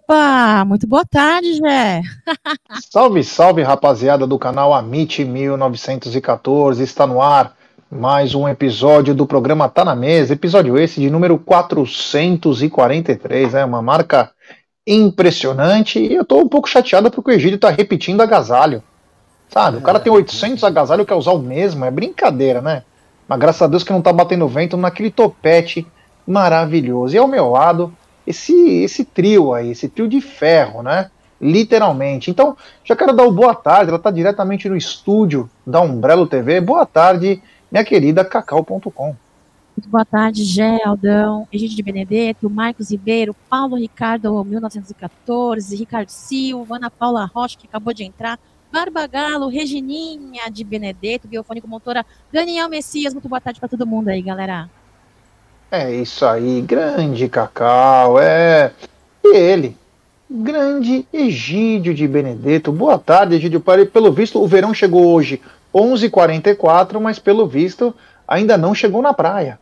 Opa, muito boa tarde, Jé. Salve, salve, rapaziada do canal Amit 1914, está no ar mais um episódio do programa Tá na Mesa, episódio esse de número 443, uma marca impressionante, e eu tô um pouco chateado porque o Egídio tá repetindo agasalho, sabe? O cara tem 800 agasalhos, quer usar o mesmo, é brincadeira, né? Mas graças a Deus que não tá batendo vento naquele topete maravilhoso. E ao meu lado, esse trio aí, esse trio de ferro, né? Literalmente. Então, já quero dar o boa tarde, ela tá diretamente no estúdio da Umbrello TV. Boa tarde, minha querida Cacau.com. Muito boa tarde, Jé, Aldão, Egídio de Benedetto, Marcos Ribeiro, Paulo Ricardo 1914, Ricardo Silva, Ana Paula Rocha, que acabou de entrar, Barbagalo, Regininha de Benedetto, Biofônico Motora, Daniel Messias. Muito boa tarde para todo mundo aí, galera. É isso aí, grande Cacau, E ele, grande Egídio de Benedetto. Boa tarde, Egídio. Pelo visto, o verão chegou hoje 11h44, mas pelo visto ainda não chegou na praia.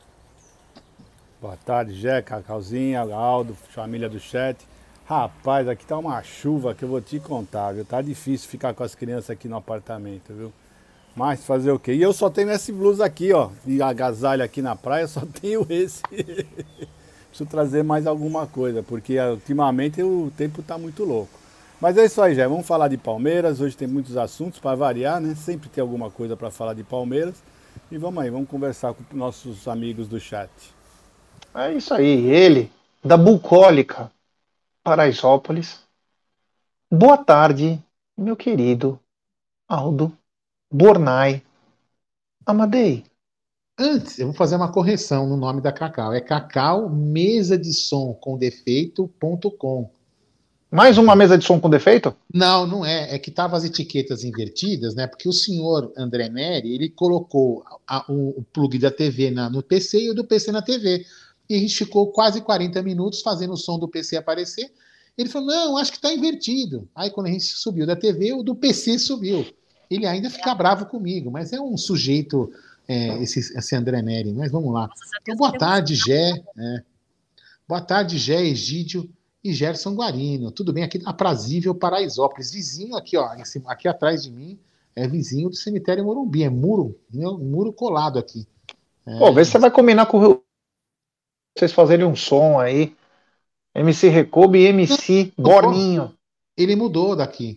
Boa tarde, Jé, Cacauzinha, Aldo, família do chat. Rapaz, aqui tá uma chuva que eu vou te contar, viu? Tá difícil ficar com as crianças aqui no apartamento, viu? Mas fazer o quê? E eu só tenho esse blusa aqui, ó, de agasalho aqui na praia, só tenho esse. Preciso trazer mais alguma coisa, porque ultimamente o tempo tá muito louco. Mas é isso aí, Jé. Vamos falar de Palmeiras. Hoje tem muitos assuntos para variar, né? Sempre tem alguma coisa para falar de Palmeiras. E vamos aí, vamos conversar com nossos amigos do chat. É isso aí, ele, da bucólica Paraisópolis. Boa tarde, meu querido Aldo Bornai Amadei. Antes, eu vou fazer uma correção no nome da Cacau. É Cacau Mesa de Som com Defeito.com. Mais uma mesa de som com defeito? Não, não é. É que estavam as etiquetas invertidas, né? Porque o senhor André Neri, ele colocou o plug da TV no PC e o do PC na TV. E a gente ficou quase 40 minutos fazendo o som do PC aparecer. Ele falou, não, acho que está invertido. Aí quando a gente subiu da TV, o do PC subiu. Ele ainda fica bravo comigo, mas é um sujeito, esse André Neri. Mas vamos lá. Então, boa tarde, Gé. Boa tarde, Gé, Egídio e Gerson Guarino. Tudo bem? Aqui na Aprazível Paraisópolis. Vizinho aqui, ó, aqui atrás de mim, é vizinho do cemitério Morumbi. É muro, muro colado aqui. Pô, vê se você vai combinar com vocês fazerem um som aí. MC Recoube e MC Borninho. Ele mudou daqui.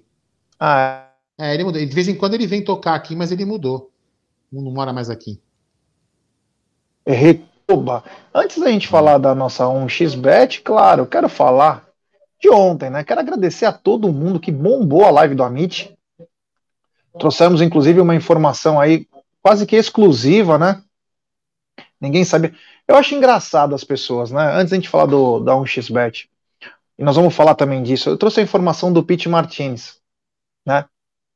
Ele mudou. De vez em quando ele vem tocar aqui, mas ele mudou. Não mora mais aqui. Recoba. Antes da gente falar da nossa 1xBet, claro, eu quero falar de ontem, né? Quero agradecer a todo mundo que bombou a live do Amit. Trouxemos, inclusive, uma informação aí quase que exclusiva, né? Ninguém sabia. Eu acho engraçado as pessoas, né? Antes da gente falar da 1xBet, e nós vamos falar também disso, eu trouxe a informação do Pete Martinez, né?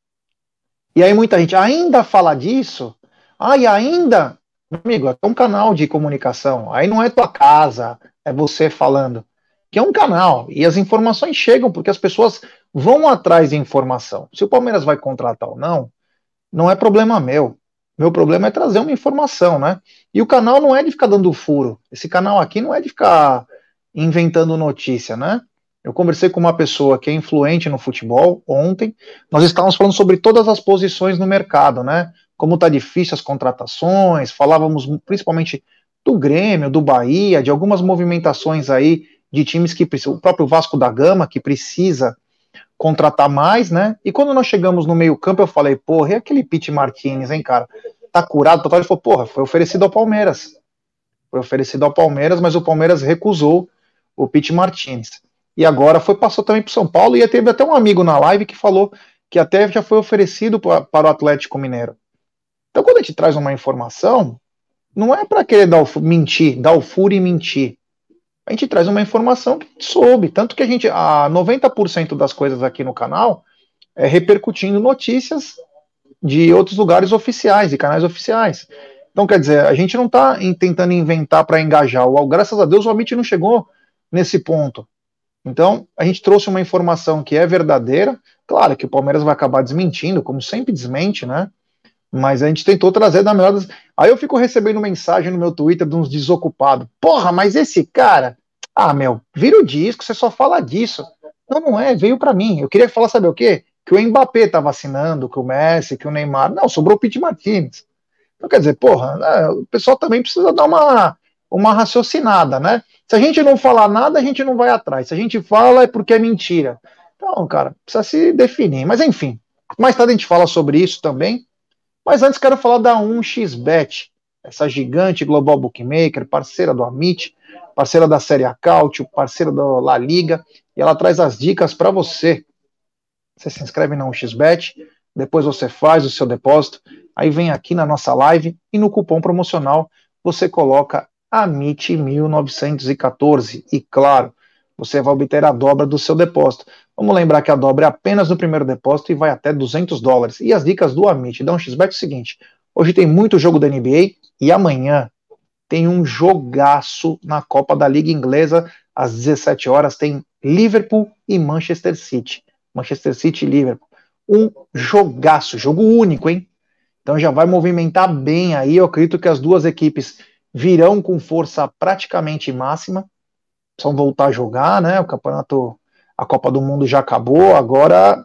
E aí muita gente ainda fala disso, e ainda, meu amigo, é um canal de comunicação, aí não é tua casa, é você falando, que é um canal, e as informações chegam porque as pessoas vão atrás de informação. Se o Palmeiras vai contratar ou não, não é problema meu. Meu problema é trazer uma informação, né? E o canal não é de ficar dando furo. Esse canal aqui não é de ficar inventando notícia, né? Eu conversei com uma pessoa que é influente no futebol ontem. Nós estávamos falando sobre todas as posições no mercado, né? Como tá difícil as contratações. Falávamos principalmente do Grêmio, do Bahia, de algumas movimentações aí de times que precisam. O próprio Vasco da Gama, que precisa contratar mais, né? E quando nós chegamos no meio-campo, eu falei, porra, e aquele Pete Martinez, hein, cara? Tá curado, total. Ele falou, porra, foi oferecido ao Palmeiras. Foi oferecido ao Palmeiras, mas o Palmeiras recusou o Pete Martinez. E agora passou também para o São Paulo, e teve até um amigo na live que falou que até já foi oferecido para o Atlético Mineiro. Então, quando a gente traz uma informação, não é para querer mentir, dar o furo e mentir. A gente traz uma informação que a gente soube. Tanto que a 90% das coisas aqui no canal é repercutindo notícias de outros lugares oficiais, de canais oficiais. Então, quer dizer, a gente não está tentando inventar para engajar. Graças a Deus, o Amit não chegou nesse ponto. Então, a gente trouxe uma informação que é verdadeira. Claro que o Palmeiras vai acabar desmentindo, como sempre desmente, né? Mas a gente tentou trazer da melhor das... Aí eu fico recebendo mensagem no meu Twitter de uns desocupados. Porra, mas esse cara... meu, vira o disco, você só fala disso. Não é, veio para mim. Eu queria falar, sabe o quê? Que o Mbappé tá vacinando, que o Messi, que o Neymar. Não, sobrou o Pete Martinez. Então, quer dizer, porra, né, o pessoal também precisa dar uma raciocinada, né? Se a gente não falar nada, a gente não vai atrás. Se a gente fala, é porque é mentira. Então, cara, precisa se definir. Mas, enfim, mais tarde a gente fala sobre isso também. Mas antes quero falar da 1xBet, essa gigante global bookmaker, parceira do Amit, parceira da Série A Cautio, parceira da La Liga, e ela traz as dicas para você. Você se inscreve na 1xBet, depois você faz o seu depósito, aí vem aqui na nossa live e no cupom promocional você coloca AMIT1914 e claro, você vai obter a dobra do seu depósito. Vamos lembrar que a dobra é apenas no primeiro depósito e vai até $200. E as dicas do Amit da 1xBet é o seguinte, hoje tem muito jogo da NBA e amanhã tem um jogaço na Copa da Liga Inglesa, às 17 horas tem Liverpool e Manchester City. Manchester City e Liverpool. Um jogaço, jogo único, hein? Então já vai movimentar bem aí. Eu acredito que as duas equipes virão com força praticamente máxima. Precisam voltar a jogar, né? O campeonato, a Copa do Mundo já acabou. Agora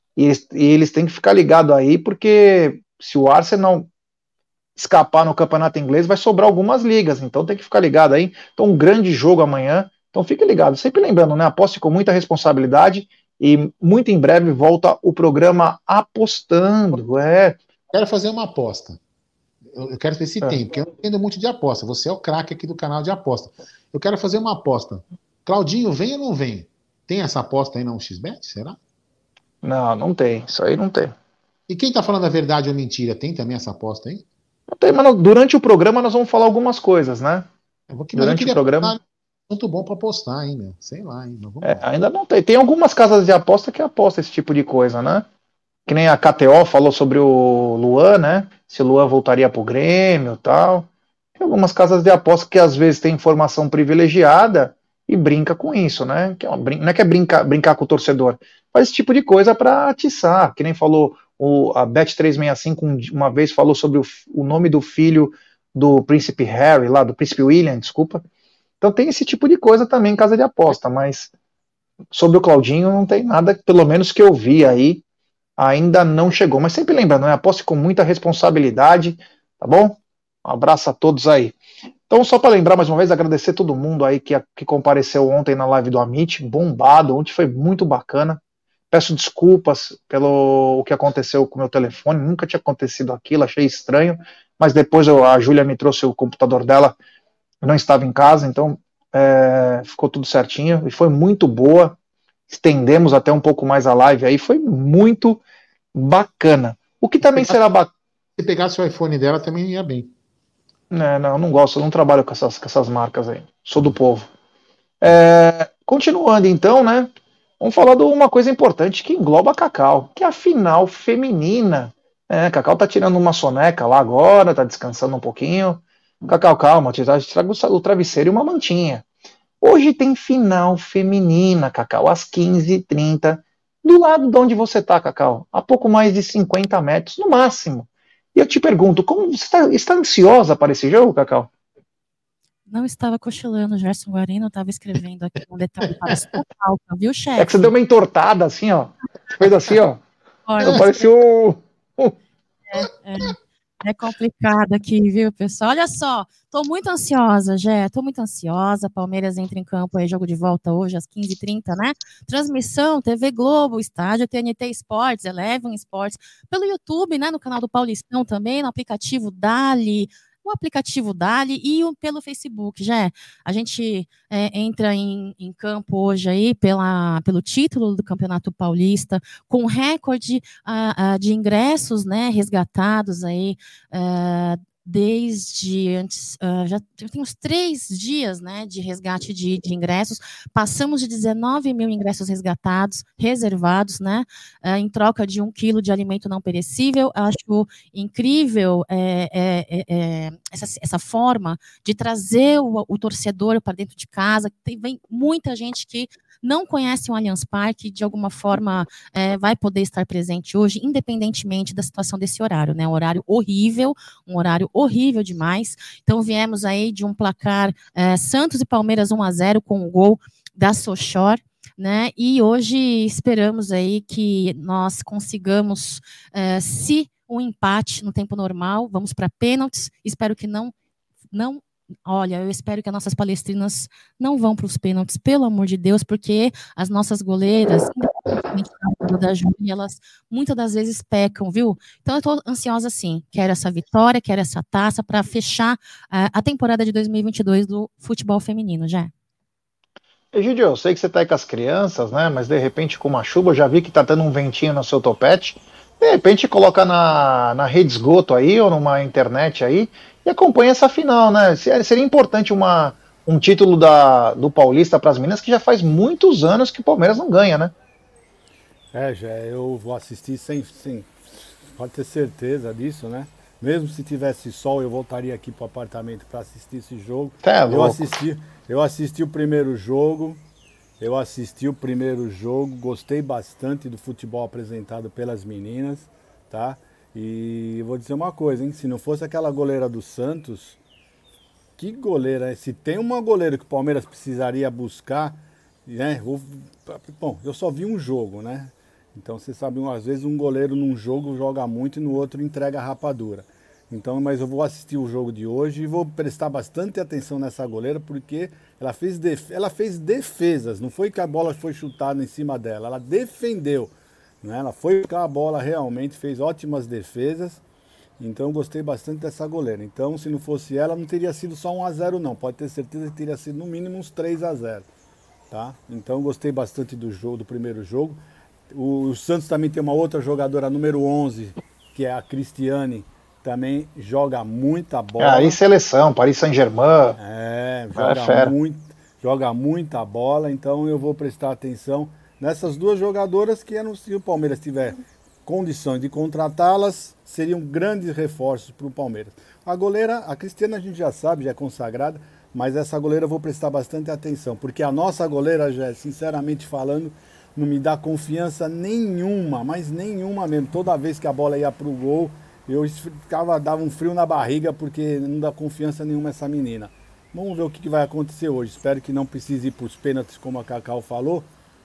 eles têm que ficar ligados aí, porque se o Arsenal escapar no campeonato inglês, vai sobrar algumas ligas. Então tem que ficar ligado aí. Então um grande jogo amanhã. Então fique ligado. Sempre lembrando, né? Aposte com muita responsabilidade. E muito em breve volta o programa Apostando. Quero fazer uma aposta. Eu quero ver se tem, porque eu não entendo muito de aposta. Você é o craque aqui do canal de aposta. Eu quero fazer uma aposta. Claudinho, vem ou não vem? Tem essa aposta aí na 1xBet? Será? Não tem. Isso aí não tem. E quem tá falando a verdade ou mentira? Tem também essa aposta aí? Não tem, mas durante o programa nós vamos falar algumas coisas, né? Durante o programa. Muito bom para apostar, hein, meu? Sei lá, hein? Ainda não tem. Tem algumas casas de aposta que apostam esse tipo de coisa, né? Que nem a KTO falou sobre o Luan, né? Se o Luan voltaria pro Grêmio e tal. Tem algumas casas de aposta que às vezes tem informação privilegiada e brinca com isso, né? Não é que é brincar com o torcedor. Faz esse tipo de coisa para atiçar. Que nem falou a Bet365 uma vez falou sobre o nome do filho do príncipe Harry, lá, do príncipe William, desculpa. Então tem esse tipo de coisa também em casa de aposta, mas sobre o Claudinho não tem nada, pelo menos que eu vi aí, ainda não chegou. Mas sempre lembrando, né? Aposte com muita responsabilidade, tá bom? Um abraço a todos aí. Então, só para lembrar mais uma vez, agradecer todo mundo aí que compareceu ontem na live do Amit, bombado, ontem foi muito bacana. Peço desculpas pelo o que aconteceu com o meu telefone, nunca tinha acontecido aquilo, achei estranho, mas depois a Júlia me trouxe o computador dela, eu não estava em casa, então ficou tudo certinho e foi muito boa. Estendemos até um pouco mais a live aí, foi muito bacana. O que também será bacana. Se pegasse o iPhone dela também ia bem. Não gosto, eu não trabalho com essas marcas aí. Sou do povo. Continuando então, né? Vamos falar de uma coisa importante que engloba a Cacau, que é a final feminina. A Cacau tá tirando uma soneca lá agora, tá descansando um pouquinho. Cacau, calma, te trago o travesseiro e uma mantinha. Hoje tem final feminina, Cacau, às 15h30, do lado de onde você tá, Cacau, a pouco mais de 50 metros, no máximo. E eu te pergunto, como você está ansiosa para esse jogo, Cacau? Não estava cochilando, Gerson Guarino estava escrevendo aqui um detalhe para a sua pauta, viu, chefe? É que você deu uma entortada assim, ó. Fez assim, ó. Então pareceu... É complicado aqui, viu, pessoal? Olha só, tô muito ansiosa, tô muito ansiosa. Palmeiras entra em campo aí, jogo de volta hoje às 15h30, né? Transmissão, TV Globo, estádio TNT Esportes, Eleven Esportes, pelo YouTube, né? No canal do Paulistão também, no aplicativo Dali, e pelo Facebook. A gente entra em campo hoje aí pelo título do Campeonato Paulista, com recorde de ingressos, né, resgatados aí desde antes, já tem uns 3 dias, né, de resgate de ingressos. Passamos de 19 mil ingressos resgatados, reservados, né, em troca de 1 quilo de alimento não perecível. Acho incrível essa forma de trazer o torcedor para dentro de casa. Vem muita gente que não conhece o Allianz Parque, de alguma forma vai poder estar presente hoje, independentemente da situação desse horário, né? Um horário horrível demais. Então viemos aí de um placar Santos e Palmeiras 1-0 com o gol da Sochor, né? E hoje esperamos aí que nós consigamos, se um empate no tempo normal, vamos para pênaltis. Espero que não. Olha, eu espero que as nossas palestrinas não vão para os pênaltis, pelo amor de Deus, porque as nossas goleiras, independentemente da Júlia, elas muitas das vezes pecam, viu? Então eu estou ansiosa sim, quero essa vitória, quero essa taça para fechar a temporada de 2022 do futebol feminino, já. Egidio, eu sei que você está aí com as crianças, né? Mas de repente, com uma chuva, eu já vi que está dando um ventinho no seu topete. De repente, coloca na rede esgoto aí, ou numa internet aí, e acompanha essa final, né? Seria importante um título do Paulista para as meninas, que já faz muitos anos que o Palmeiras não ganha, né? Já eu vou assistir sem pode ter certeza disso, né? Mesmo se tivesse sol, eu voltaria aqui pro apartamento para assistir esse jogo. É louco. Eu assisti o primeiro jogo. Gostei bastante do futebol apresentado pelas meninas, tá? E vou dizer uma coisa, hein? Se não fosse aquela goleira do Santos, que goleira, se tem uma goleira que o Palmeiras precisaria buscar, né? Bom, eu só vi um jogo, né? Então você sabe, às vezes um goleiro num jogo joga muito e no outro entrega rapadura. Então, mas eu vou assistir o jogo de hoje e vou prestar bastante atenção nessa goleira, porque ela fez defesas, não foi que a bola foi chutada em cima dela, ela defendeu, né? Ela foi buscar a bola realmente, fez ótimas defesas. Então eu gostei bastante dessa goleira. Então, se não fosse ela, não teria sido só 1-0 não, pode ter certeza que teria sido no mínimo uns 3-0, tá? Então gostei bastante do jogo, do primeiro jogo. O Santos também tem uma outra jogadora, número 11, que é a Cristiane, também joga muita bola. Aí seleção, Paris Saint-Germain. Joga muita bola, então eu vou prestar atenção nessas duas jogadoras que, se o Palmeiras tiver condições de contratá-las, seriam grandes reforços para o Palmeiras. A goleira, a Cristiane a gente já sabe, já é consagrada, mas essa goleira eu vou prestar bastante atenção, porque a nossa goleira, já, sinceramente falando, não me dá confiança nenhuma, mas nenhuma mesmo. Toda vez que a bola ia pro gol, eu dava um frio na barriga, porque não dá confiança nenhuma essa menina. Vamos ver o que vai acontecer hoje. Espero que não precise ir para os pênaltis, como a Cacau falou,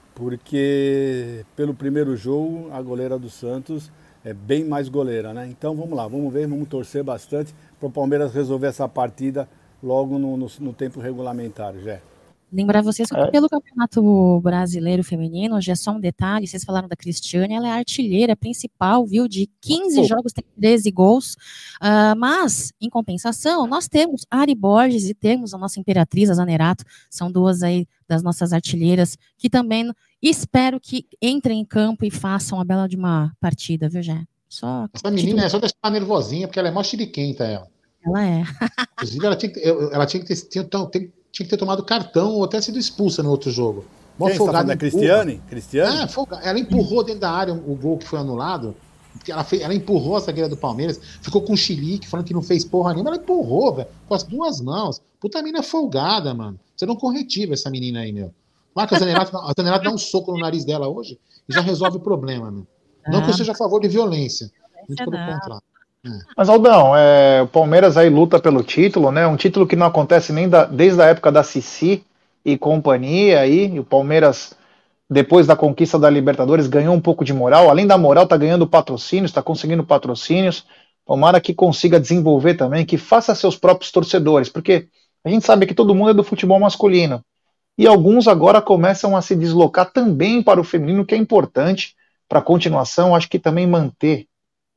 porque pelo primeiro jogo a goleira do Santos é bem mais goleira, né? Então vamos lá, vamos ver, vamos torcer bastante para o Palmeiras resolver essa partida logo no tempo regulamentar, já. Lembrar vocês que pelo Campeonato Brasileiro Feminino, já é só um detalhe, vocês falaram da Cristiane, ela é a artilheira principal, viu, de 15 jogos, tem 13 gols, mas, em compensação, nós temos Ari Borges e temos a nossa Imperatriz, a Zanerato, são duas aí das nossas artilheiras, que também espero que entrem em campo e façam a bela de uma partida, viu, Jé? Essa menina é só deixar nervosinha, porque ela é mó chiriquenta, ela. Ela é. Inclusive, ela tinha que ter tomado cartão ou até sido expulsa no outro jogo. Uma folgada da Cristiane? Ela empurrou dentro da área o gol que foi anulado. Ela empurrou a zagueira do Palmeiras, ficou com chilique, falando que não fez porra nenhuma. Ela empurrou, velho, com as duas mãos. Puta mina folgada, mano. Você não corretiva essa menina aí, meu. Marca a Zanerato dá um soco no nariz dela hoje e já resolve o problema, meu. Não que eu seja a favor de violência. Muito pelo contrário. Mas, Aldão, o Palmeiras aí luta pelo título, né? Um título que não acontece nem desde a época da Cici e companhia aí. E o Palmeiras, depois da conquista da Libertadores, ganhou um pouco de moral. Além da moral, tá ganhando patrocínios, tá conseguindo patrocínios. Tomara que consiga desenvolver também, que faça seus próprios torcedores, porque a gente sabe que todo mundo é do futebol masculino. E alguns agora começam a se deslocar também para o feminino, que é importante para a continuação. Acho que também manter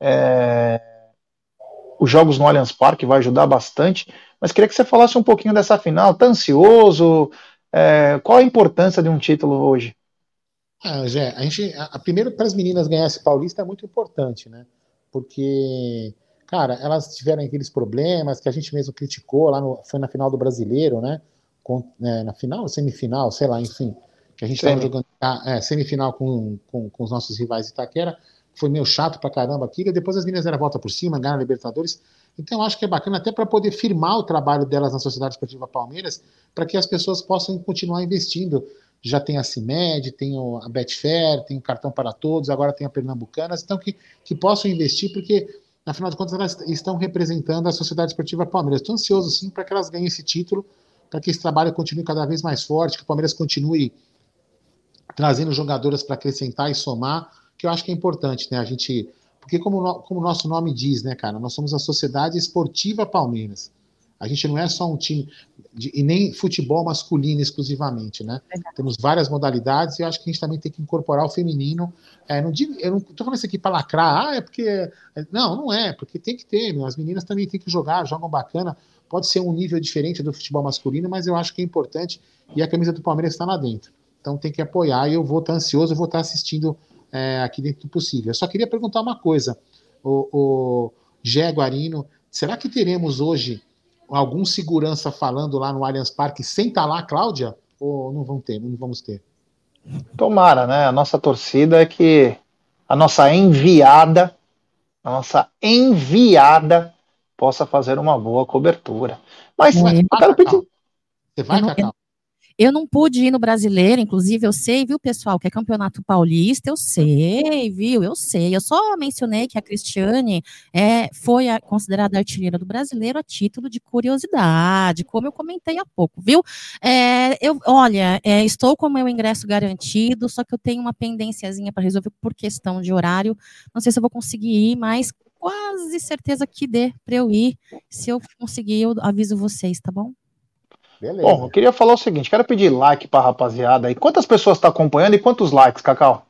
os jogos no Allianz Parque vai ajudar bastante, mas queria que você falasse um pouquinho dessa final. Tá ansioso? Qual a importância de um título hoje? Jé, primeiro, para as meninas ganhar esse Paulista é muito importante, né? Porque, cara, elas tiveram aqueles problemas que a gente mesmo criticou foi na final do Brasileiro, né? Na final, semifinal, sei lá, enfim, que a gente estava jogando semifinal com os nossos rivais de Itaquera. Foi meio chato pra caramba aquilo, e depois as meninas deram a volta por cima, ganharam a Libertadores. Então eu acho que é bacana até para poder firmar o trabalho delas na Sociedade Esportiva Palmeiras, para que as pessoas possam continuar investindo. Já tem a CIMED, tem a Betfair, tem o Cartão para Todos, agora tem a Pernambucanas, então que possam investir, porque afinal de contas elas estão representando a Sociedade Esportiva Palmeiras. Estou ansioso sim para que elas ganhem esse título, para que esse trabalho continue cada vez mais forte, que o Palmeiras continue trazendo jogadoras para acrescentar e somar, que eu acho que é importante, né? A gente, porque como o nosso nome diz, né, cara, nós somos a Sociedade Esportiva Palmeiras. A gente não é só um time e nem futebol masculino exclusivamente, né? Temos várias modalidades e eu acho que a gente também tem que incorporar o feminino. Eu não tô falando isso aqui para lacrar, é porque. Não é, porque tem que ter, as meninas também têm que jogar, jogam bacana. Pode ser um nível diferente do futebol masculino, mas eu acho que é importante e a camisa do Palmeiras está lá dentro. Então tem que apoiar e eu vou estar ansioso, eu vou estar assistindo aqui dentro do possível. Eu só queria perguntar uma coisa, o Gé Guarino, será que teremos hoje algum segurança falando lá no Allianz Parque sem estar lá, Cláudia? Ou não vamos ter? Tomara, né? A nossa torcida é que a nossa enviada possa fazer uma boa cobertura. Mas eu quero pedir. Você vai, Cacau? Eu não pude ir no Brasileiro, inclusive eu sei, viu, pessoal, que é Campeonato Paulista, eu sei, viu, eu sei. Eu só mencionei que a Cristiane foi considerada artilheira do Brasileiro a título de curiosidade, como eu comentei há pouco, viu? Estou com o meu ingresso garantido, só que eu tenho uma pendênciazinha para resolver por questão de horário. Não sei se eu vou conseguir ir, mas quase certeza que dê para eu ir. Se eu conseguir, eu aviso vocês, tá bom? Beleza. Bom, eu queria falar o seguinte, quero pedir like para a rapaziada aí. Quantas pessoas estão acompanhando e quantos likes, Cacau?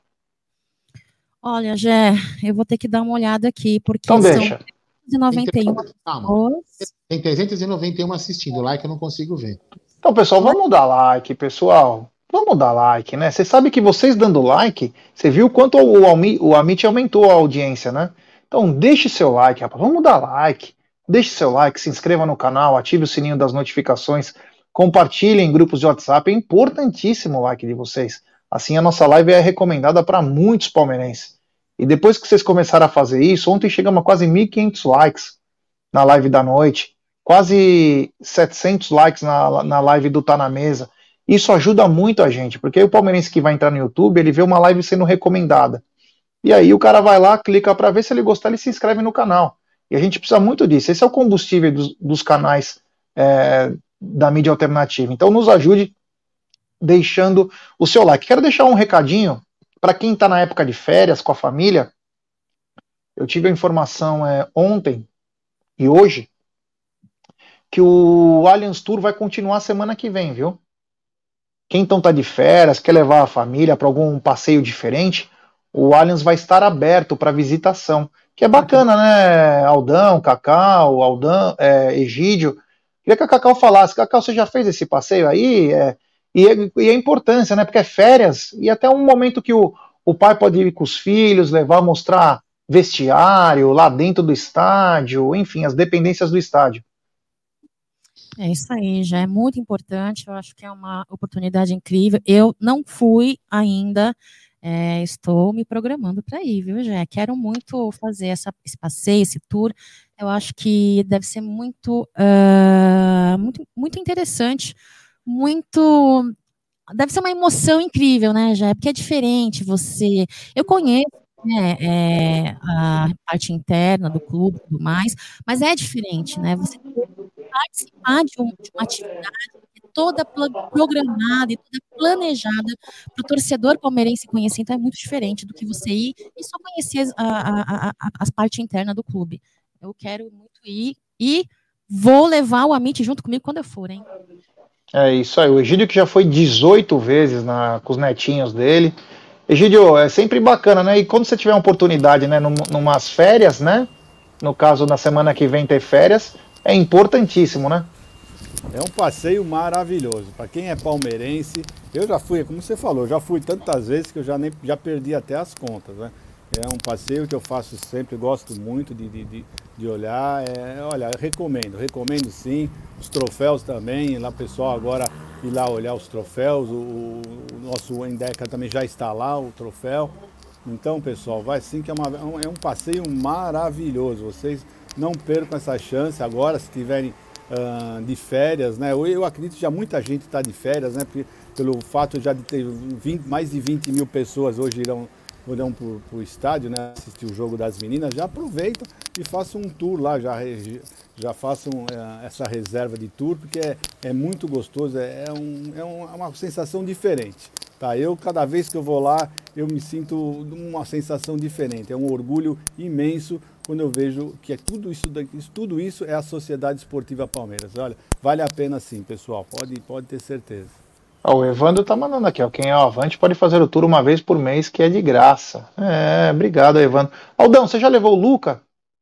Olha, Gé, eu vou ter que dar uma olhada aqui, porque então deixa. São 391 pessoas. Tem 391 assistindo, like eu não consigo ver. Então, pessoal, vamos dar like, pessoal. Vamos dar like, né? Você sabe que vocês dando like, você viu quanto o Amit aumentou a audiência, né? Então, deixe seu like, rapaz. Vamos dar like. Deixe seu like, se inscreva no canal, ative o sininho das notificações, compartilhe em grupos de WhatsApp. É importantíssimo o like de vocês. Assim, a nossa live é recomendada para muitos palmeirenses. E depois que vocês começaram a fazer isso, ontem chegamos a quase 1.500 likes na live da noite. Quase 700 likes na live do Tá Na Mesa. Isso ajuda muito a gente, porque aí o palmeirense que vai entrar no YouTube, ele vê uma live sendo recomendada. E aí o cara vai lá, clica para ver, se ele gostar, ele se inscreve no canal. E a gente precisa muito disso. Esse é o combustível dos canais da mídia alternativa. Então nos ajude deixando o seu like. Quero deixar um recadinho para quem está na época de férias com a família. Eu tive a informação ontem e hoje que o Allianz Tour vai continuar semana que vem, viu? Quem então tá de férias, quer levar a família para algum passeio diferente, o Allianz vai estar aberto para visitação, que é bacana, né? Aldão, Cacau, Egídio. Queria que a Cacau falasse. Cacau, você já fez esse passeio aí? E a importância, né? Porque é férias e até um momento que o pai pode ir com os filhos, levar, mostrar vestiário lá dentro do estádio, enfim, as dependências do estádio. É isso aí, já é muito importante, eu acho que é uma oportunidade incrível. Eu não fui ainda, estou me programando para ir, viu, Jé? Quero muito fazer esse passeio, esse tour. Eu acho que deve ser muito, muito interessante, deve ser uma emoção incrível, né, Jé? Porque é diferente eu conheço, né, a parte interna do clube e tudo mais, mas é diferente, né? Você participar de uma atividade toda programada e toda planejada para o torcedor palmeirense conhecer, então é muito diferente do que você ir e só conhecer a parte interna do clube. Eu quero muito ir e vou levar o Amit junto comigo quando eu for, hein? É isso aí, o Egídio que já foi 18 vezes com os netinhos dele. Egídio, é sempre bacana, né? E quando você tiver uma oportunidade, né, numas férias, né? No caso, na semana que vem ter férias, é importantíssimo, né? É um passeio maravilhoso. Para quem é palmeirense, eu já fui, como você falou, já fui tantas vezes que eu já perdi até as contas, né? É um passeio que eu faço sempre, gosto muito de olhar. Olha, eu recomendo sim. Os troféus também, lá o pessoal agora ir lá olhar os troféus. O nosso Endeca também já está lá, o troféu. Então, pessoal, vai sim que é um passeio maravilhoso. Vocês não percam essa chance agora, se tiverem de férias, né? Eu acredito que já muita gente está de férias, né? Pelo fato já de ter mais de 20 mil pessoas hoje irão para o estádio, né? Assistir o jogo das meninas, já aproveitam e façam um tour lá, já façam essa reserva de tour, porque é muito gostoso, é uma sensação diferente. Tá? Eu, cada vez que eu vou lá, eu me sinto uma sensação diferente. É um orgulho imenso quando eu vejo que é tudo isso é a Sociedade Esportiva Palmeiras. Olha, vale a pena sim, pessoal. Pode ter certeza. O Evandro tá mandando aqui, ó. Quem é o Avante pode fazer o tour uma vez por mês, que é de graça. Obrigado, Evandro. Aldão, você já levou o Luca?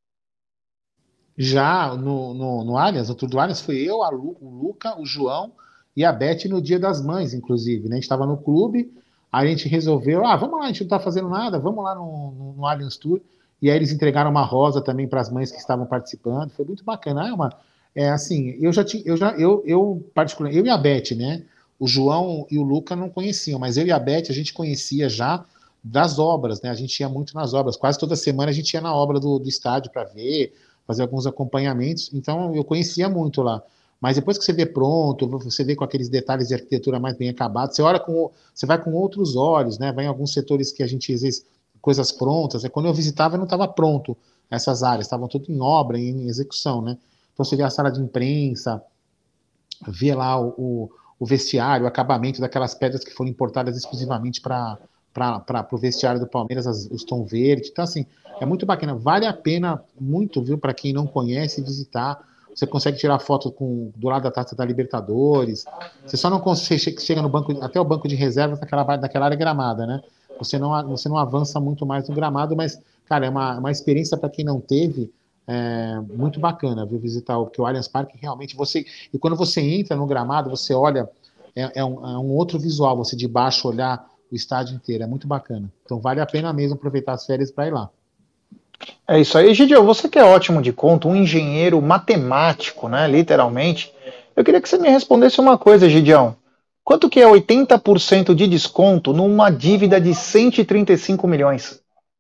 Já no Allianz, o tour do Allianz, foi eu, o Luca, o João e a Beth no Dia das Mães, inclusive, né? A gente estava no clube, aí a gente resolveu, vamos lá, a gente não tá fazendo nada, vamos lá no Allianz Tour. E aí eles entregaram uma rosa também para as mães que estavam participando, foi muito bacana. Assim, particularmente, eu e a Beth, né? O João e o Luca não conheciam, mas eu e a Beth a gente conhecia já das obras, né? A gente ia muito nas obras, quase toda semana a gente ia na obra do estádio para ver, fazer alguns acompanhamentos, então eu conhecia muito lá. Mas depois que você vê pronto, você vê com aqueles detalhes de arquitetura mais bem acabados, você vai com outros olhos, né? Vai em alguns setores que a gente, às vezes, coisas prontas. Quando eu visitava, não estava pronto essas áreas, estavam tudo em obra, em execução, né? Então você vê a sala de imprensa, vê lá o vestiário, o acabamento daquelas pedras que foram importadas exclusivamente para o vestiário do Palmeiras, os tom verde. Então, assim, é muito bacana. Vale a pena muito, viu, para quem não conhece, visitar. Você consegue tirar foto do lado da Taça da Libertadores. Você só não consegue, chega no banco, até o banco de reservas daquela área gramada, né? Você não avança muito mais no gramado, mas, cara, é uma experiência para quem não teve, muito bacana, viu, visitar porque o Allianz Parque realmente e quando você entra no gramado, você olha, é um outro visual, você de baixo olhar o estádio inteiro, é muito bacana. Então vale a pena mesmo aproveitar as férias para ir lá. É isso aí, Gidio, você que é ótimo de conta, um engenheiro matemático, né, literalmente. Eu queria que você me respondesse uma coisa, Gidião. Quanto que é 80% de desconto numa dívida de 135 milhões?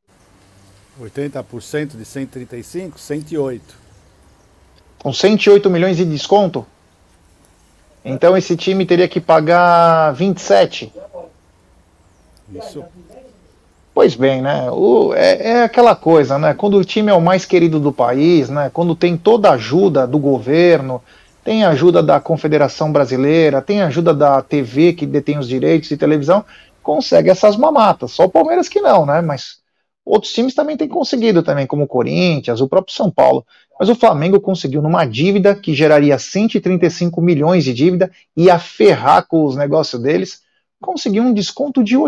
80% de 135, 108. Com 108 milhões de desconto? Então esse time teria que pagar 27. Isso. Pois bem, né? É aquela coisa, né? Quando o time é o mais querido do país, né? Quando tem toda a ajuda do governo, tem a ajuda da Confederação Brasileira, tem a ajuda da TV que detém os direitos de televisão, consegue essas mamatas. Só o Palmeiras que não, né? Mas outros times também têm conseguido também, como o Corinthians, o próprio São Paulo. Mas o Flamengo conseguiu numa dívida que geraria 135 milhões de dívida, ia ferrar com os negócios deles, conseguiu um desconto de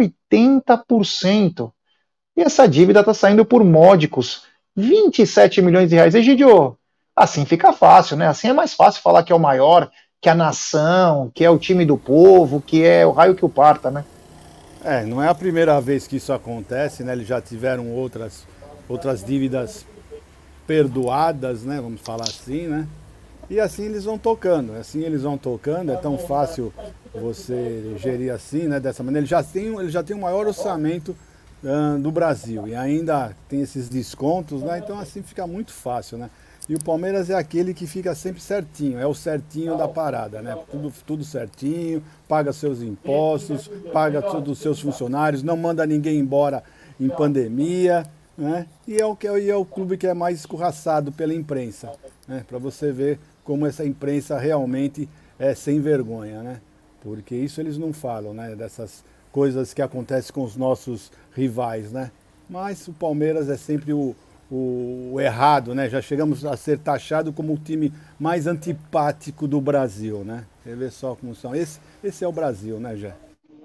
80%. E essa dívida está saindo por módicos 27 milhões de reais. Egidio, assim fica fácil, né? Assim é mais fácil falar que é o maior, que a nação, que é o time do povo, que é o raio que o parta, né? Não é a primeira vez que isso acontece, né? Eles já tiveram outras dívidas perdoadas, né? Vamos falar assim, né? E assim eles vão tocando, é tão fácil você gerir assim, né? Dessa maneira. Eles já têm o maior orçamento do Brasil e ainda tem esses descontos, né? Então assim fica muito fácil, né? E o Palmeiras é aquele que fica sempre certinho, é o certinho da parada, né? Tudo certinho, paga seus impostos, paga todos os seus funcionários, não manda ninguém embora em pandemia, né? E é o clube que é mais escorraçado pela imprensa, né? Para você ver como essa imprensa realmente é sem vergonha, né? Porque isso eles não falam, né? Dessas coisas que acontecem com os nossos rivais, né? Mas o Palmeiras é sempre o errado, né? Já chegamos a ser taxado como o time mais antipático do Brasil, né? Você vê só como são. Esse é o Brasil, né, Jé?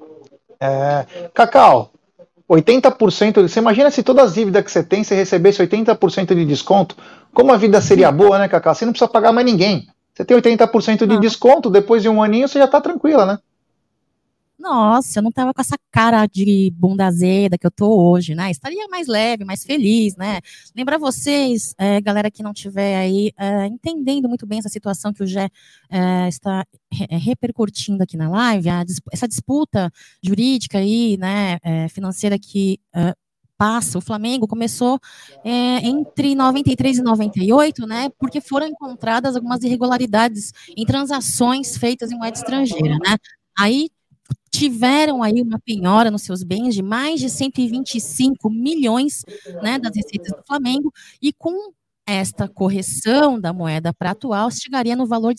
Cacau, 80%, você imagina se todas as dívidas que você tem, você recebesse 80% de desconto, como a vida seria boa, né, Cacau? Você não precisa pagar mais ninguém. Você tem 80% de desconto, depois de um aninho você já tá tranquila, né? Nossa, eu não tava com essa cara de bunda azeda que eu tô hoje, né? Estaria mais leve, mais feliz, né? Lembrar vocês, galera que não tiver aí entendendo muito bem essa situação que o Gé está repercutindo aqui na live, essa disputa jurídica aí, né, financeira que passa, o Flamengo começou entre 93 e 98, né, porque foram encontradas algumas irregularidades em transações feitas em moeda estrangeira, né? Aí tiveram aí uma penhora nos seus bens de mais de 125 milhões, né, das receitas do Flamengo, e com esta correção da moeda para atual chegaria no valor de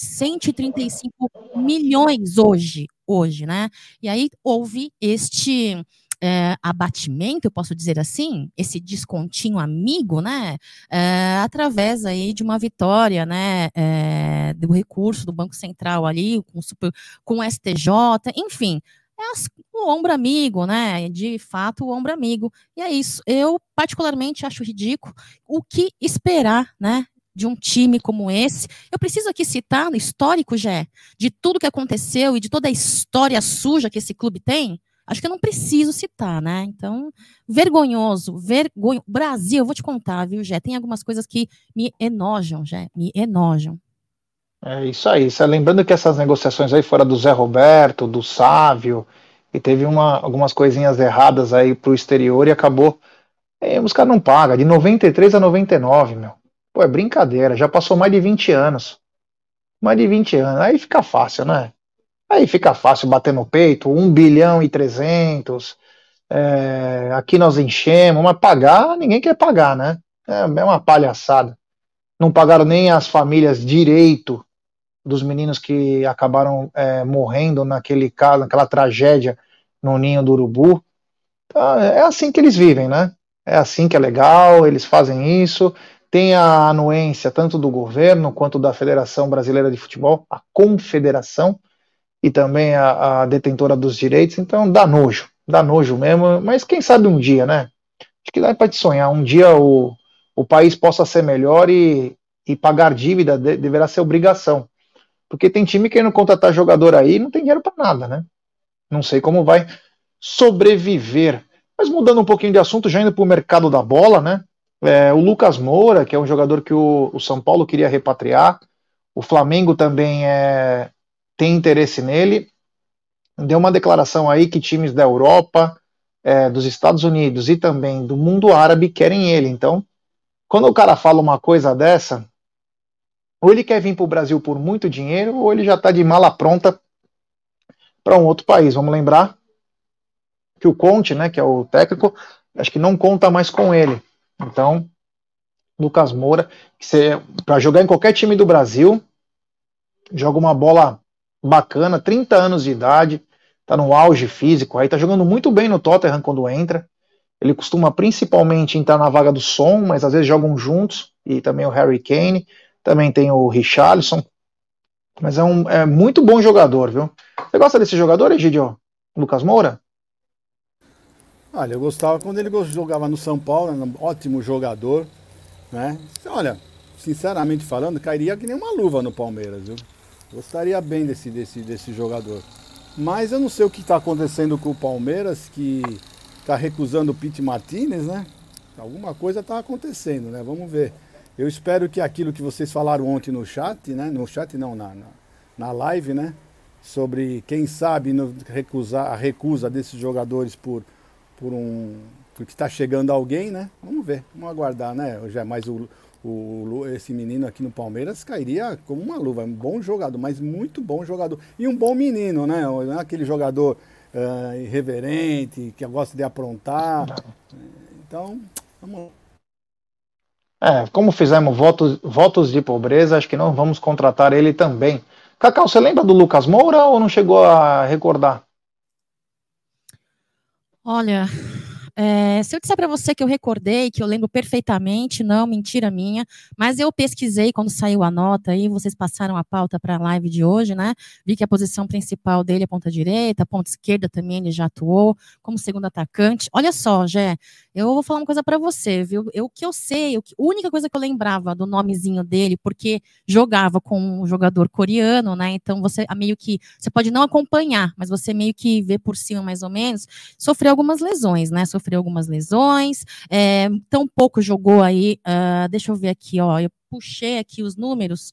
135 milhões hoje, né? E aí houve este abatimento, eu posso dizer assim, esse descontinho amigo, né? Através aí de uma vitória, né? Do recurso do Banco Central ali, com o STJ, enfim. O ombro amigo, né? De fato, o ombro amigo. E é isso. Eu, particularmente, acho ridículo o que esperar, né? De um time como esse. Eu preciso aqui citar no histórico, Jé, de tudo que aconteceu e de toda a história suja que esse clube tem. Acho que eu não preciso citar, né? Então, vergonhoso. Brasil, eu vou te contar, viu, Jé? Tem algumas coisas que me enojam, Jé. Me enojam. É isso aí. Lembrando que essas negociações aí foram do Zé Roberto, do Sávio, e teve algumas coisinhas erradas aí pro exterior e acabou. Os caras não pagam, de 93 a 99, meu. Pô, é brincadeira, já passou mais de 20 anos. Mais de 20 anos. Aí fica fácil, né? Aí fica fácil bater no peito, 1 bilhão e 300. Aqui nós enchemos, mas pagar, ninguém quer pagar, né? É uma palhaçada. Não pagaram nem as famílias direito dos meninos que acabaram morrendo naquele caso, naquela tragédia no Ninho do Urubu. Então, é assim que eles vivem, né? É assim que é legal, eles fazem isso. Tem a anuência tanto do governo quanto da Federação Brasileira de Futebol, a Confederação, e também a detentora dos direitos. Então dá nojo mesmo. Mas quem sabe um dia, né? Acho que dá para te sonhar. Um dia o país possa ser melhor e pagar dívida deverá ser obrigação. Porque tem time querendo contratar jogador aí e não tem dinheiro para nada, né? Não sei como vai sobreviver. Mas mudando um pouquinho de assunto, já indo para o mercado da bola, né? O Lucas Moura, que é um jogador que o São Paulo queria repatriar, o Flamengo também tem interesse nele. Deu uma declaração aí que times da Europa, dos Estados Unidos e também do mundo árabe querem ele. Então, quando o cara fala uma coisa dessa, ou ele quer vir para o Brasil por muito dinheiro, ou ele já está de mala pronta para um outro país. Vamos lembrar que o Conte, né, que é o técnico, acho que não conta mais com ele. Então, Lucas Moura, para jogar em qualquer time do Brasil, joga uma bola bacana, 30 anos de idade, tá no auge físico, aí tá jogando muito bem no Tottenham quando entra. Ele costuma principalmente entrar na vaga do Son, mas às vezes jogam juntos, e também o Harry Kane, também tem o Richarlison, mas é muito bom jogador, viu? Você gosta desse jogador, Egidio? Lucas Moura? Olha, eu gostava quando ele jogava no São Paulo, era um ótimo jogador, né? Olha, sinceramente falando, cairia que nem uma luva no Palmeiras, viu? Gostaria bem desse jogador. Mas eu não sei o que está acontecendo com o Palmeiras, que está recusando o Pity Martinez, né? Alguma coisa está acontecendo, né? Vamos ver. Eu espero que aquilo que vocês falaram ontem no chat, né? No chat não, na live, né? Sobre, quem sabe, a recusa desses jogadores porque está chegando alguém, né? Vamos ver, vamos aguardar, né? Mas esse menino aqui no Palmeiras cairia como uma luva. É um bom jogador, mas muito bom jogador. E um bom menino, né? Não é aquele jogador irreverente, que gosta de aprontar. Então, vamos lá. Como fizemos votos de pobreza, acho que não vamos contratar ele também. Cacau, você lembra do Lucas Moura ou não chegou a recordar? Olha, se eu disser para você que eu recordei, que eu lembro perfeitamente, não, mentira minha, mas eu pesquisei quando saiu a nota aí, vocês passaram a pauta para a live de hoje, né? Vi que a posição principal dele é ponta direita, ponta esquerda também ele já atuou, como segundo atacante. Olha só, Gé, eu vou falar uma coisa para você, viu? O que eu sei, a única coisa que eu lembrava do nomezinho dele, porque jogava com um jogador coreano, né? Então você pode não acompanhar, mas você meio que vê por cima mais ou menos, sofreu algumas lesões, né? Tão pouco jogou aí, deixa eu ver aqui, ó, eu puxei aqui os números,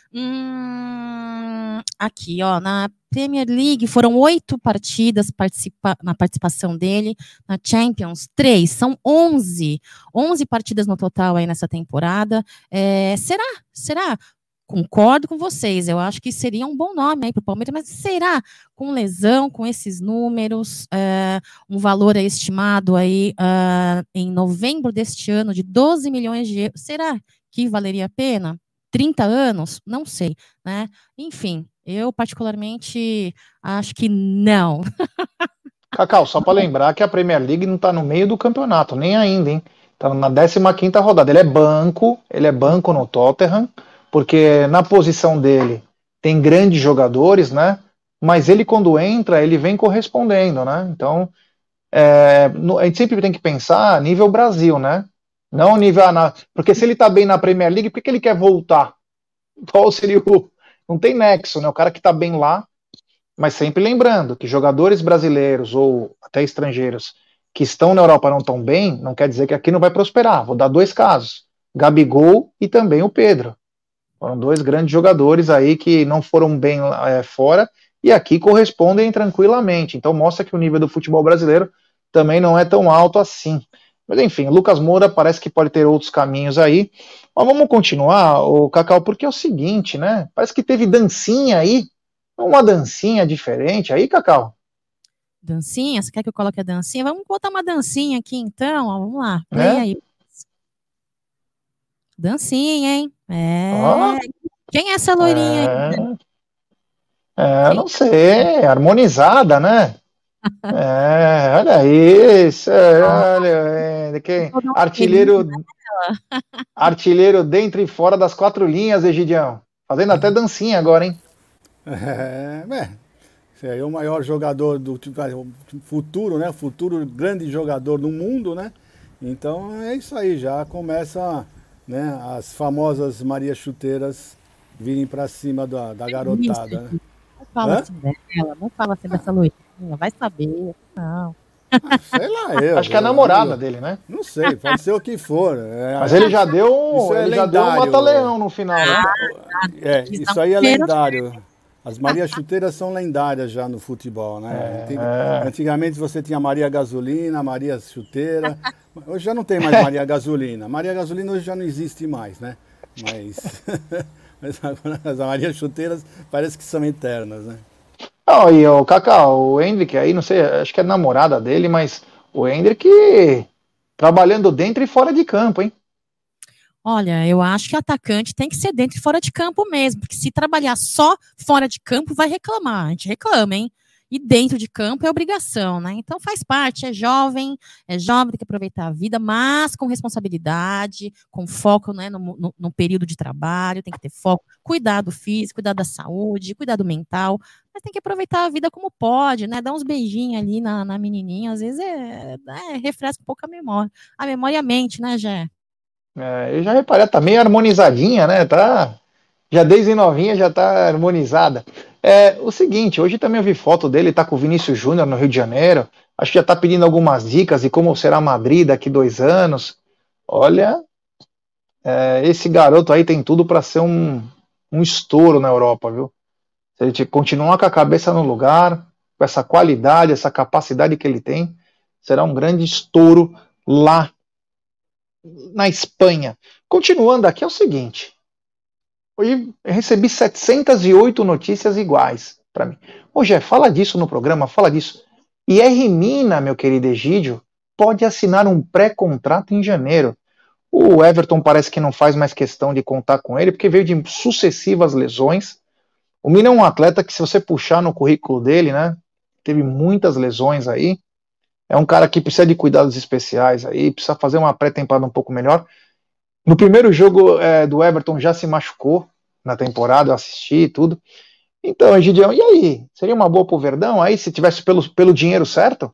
aqui, ó, na Premier League foram 8 partidas na participação dele, na Champions 3, são 11 partidas no total aí nessa temporada. Será? Concordo com vocês, eu acho que seria um bom nome aí para o Palmeiras, mas será? Com lesão, com esses números, um valor estimado aí em novembro deste ano de 12 milhões de euros, será que valeria a pena? 30 anos? Não sei, né? Enfim, eu particularmente acho que não. Cacau, só para lembrar que a Premier League não está no meio do campeonato, nem ainda, hein? Está na 15ª rodada. Ele é banco no Tottenham, porque na posição dele tem grandes jogadores, né? Mas ele, quando entra, ele vem correspondendo, né? Então, a gente sempre tem que pensar nível Brasil, né? Não nível. Porque se ele está bem na Premier League, por que ele quer voltar? Qual seria o. Não tem nexo, né? O cara que está bem lá. Mas sempre lembrando que jogadores brasileiros ou até estrangeiros que estão na Europa não estão bem, não quer dizer que aqui não vai prosperar. Vou dar 2 casos: Gabigol e também o Pedro. Foram 2 grandes jogadores aí que não foram bem fora e aqui correspondem tranquilamente. Então mostra que o nível do futebol brasileiro também não é tão alto assim. Mas enfim, Lucas Moura parece que pode ter outros caminhos aí. Mas vamos continuar, o Cacau, porque é o seguinte, né? Parece que teve dancinha aí, uma dancinha diferente aí, Cacau. Dancinha? Você quer que eu coloque a dancinha? Vamos botar uma dancinha aqui então, ó, vamos lá, play Né? aí. Dancinha, hein? Ó, Quem é essa loirinha aí? Quem? não sei, harmonizada, né? Olha isso, olha, Vou dar um selinho artilheiro dentro e fora das 4 linhas, Egidião. Fazendo até dancinha agora, hein? Esse aí é o maior jogador do futuro, né? Futuro grande jogador do mundo, né? Então é isso aí, já começa, né, as famosas Maria Chuteiras virem pra cima da garotada, né? Não fala Hã? assim dela, não fala assim dessa loirinha, vai saber, não. Sei lá, eu. Acho que é a namorada dele, né? Não sei, pode ser o que for. Mas ele já deu Isso é ele já deu um lendário. mata-leão no final, né? Isso aí é lendário. As Maria Chuteiras são lendárias já no futebol, né? Antigamente você tinha Maria Gasolina, Maria Chuteira. Hoje já não tem mais Maria Gasolina. Maria Gasolina hoje já não existe mais, né? Mas agora as Maria Chuteiras parece que são eternas, né? E o Cacau, o Hendrick aí, não sei, acho que é namorada dele, mas o Hendrick trabalhando dentro e fora de campo, hein? Olha, eu acho que atacante tem que ser dentro e fora de campo mesmo, porque se trabalhar só fora de campo, vai reclamar. A gente reclama, hein? E dentro de campo é obrigação, né? Então faz parte, é jovem, tem que aproveitar a vida, mas com responsabilidade, com foco, né, no período de trabalho, tem que ter foco, cuidar do físico, cuidar da saúde, cuidar do mental, mas tem que aproveitar a vida como pode, né? Dar uns beijinhos ali na menininha, às vezes refresca um pouco a memória e a mente, né, Gé? Eu já reparei, tá meio harmonizadinha, né? Tá, já desde novinha já tá harmonizada. O seguinte, hoje também eu vi foto dele, tá com o Vinícius Júnior no Rio de Janeiro. Acho que já tá pedindo algumas dicas de como será Madrid daqui 2 anos. Olha, esse garoto aí tem tudo para ser um estouro na Europa, viu? Se ele continuar com a cabeça no lugar, com essa qualidade, essa capacidade que ele tem, será um grande estouro lá na Espanha. Continuando aqui, é o seguinte. Hoje eu recebi 708 notícias iguais para mim. Ô, fala disso no programa, fala disso. E R. Mina, meu querido Egídio, pode assinar um pré-contrato em janeiro. O Everton parece que não faz mais questão de contar com ele, porque veio de sucessivas lesões. O Mina é um atleta que, se você puxar no currículo dele, né, teve muitas lesões aí. É um cara que precisa de cuidados especiais aí, precisa fazer uma pré-temporada um pouco melhor. No primeiro jogo do Everton já se machucou na temporada, eu assisti e tudo. Então, Egidião, e aí? Seria uma boa pro Verdão aí, se tivesse pelo dinheiro certo?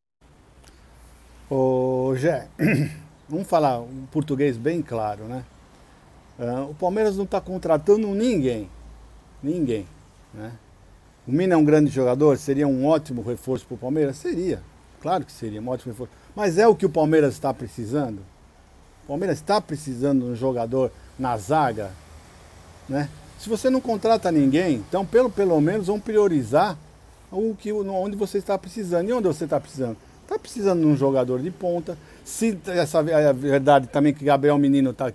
Ô, Gé, vamos falar um português bem claro, né? O Palmeiras não está contratando ninguém. Ninguém, né? O Mina é um grande jogador, seria um ótimo reforço para o Palmeiras? Seria, claro que seria um ótimo reforço. Mas é o que o Palmeiras está precisando? O Palmeiras está precisando de um jogador na zaga, né? Se você não contrata ninguém, então pelo menos vamos priorizar onde você está precisando. E onde você está precisando? Está precisando de um jogador de ponta. Se essa é a verdade também que Gabriel Menino está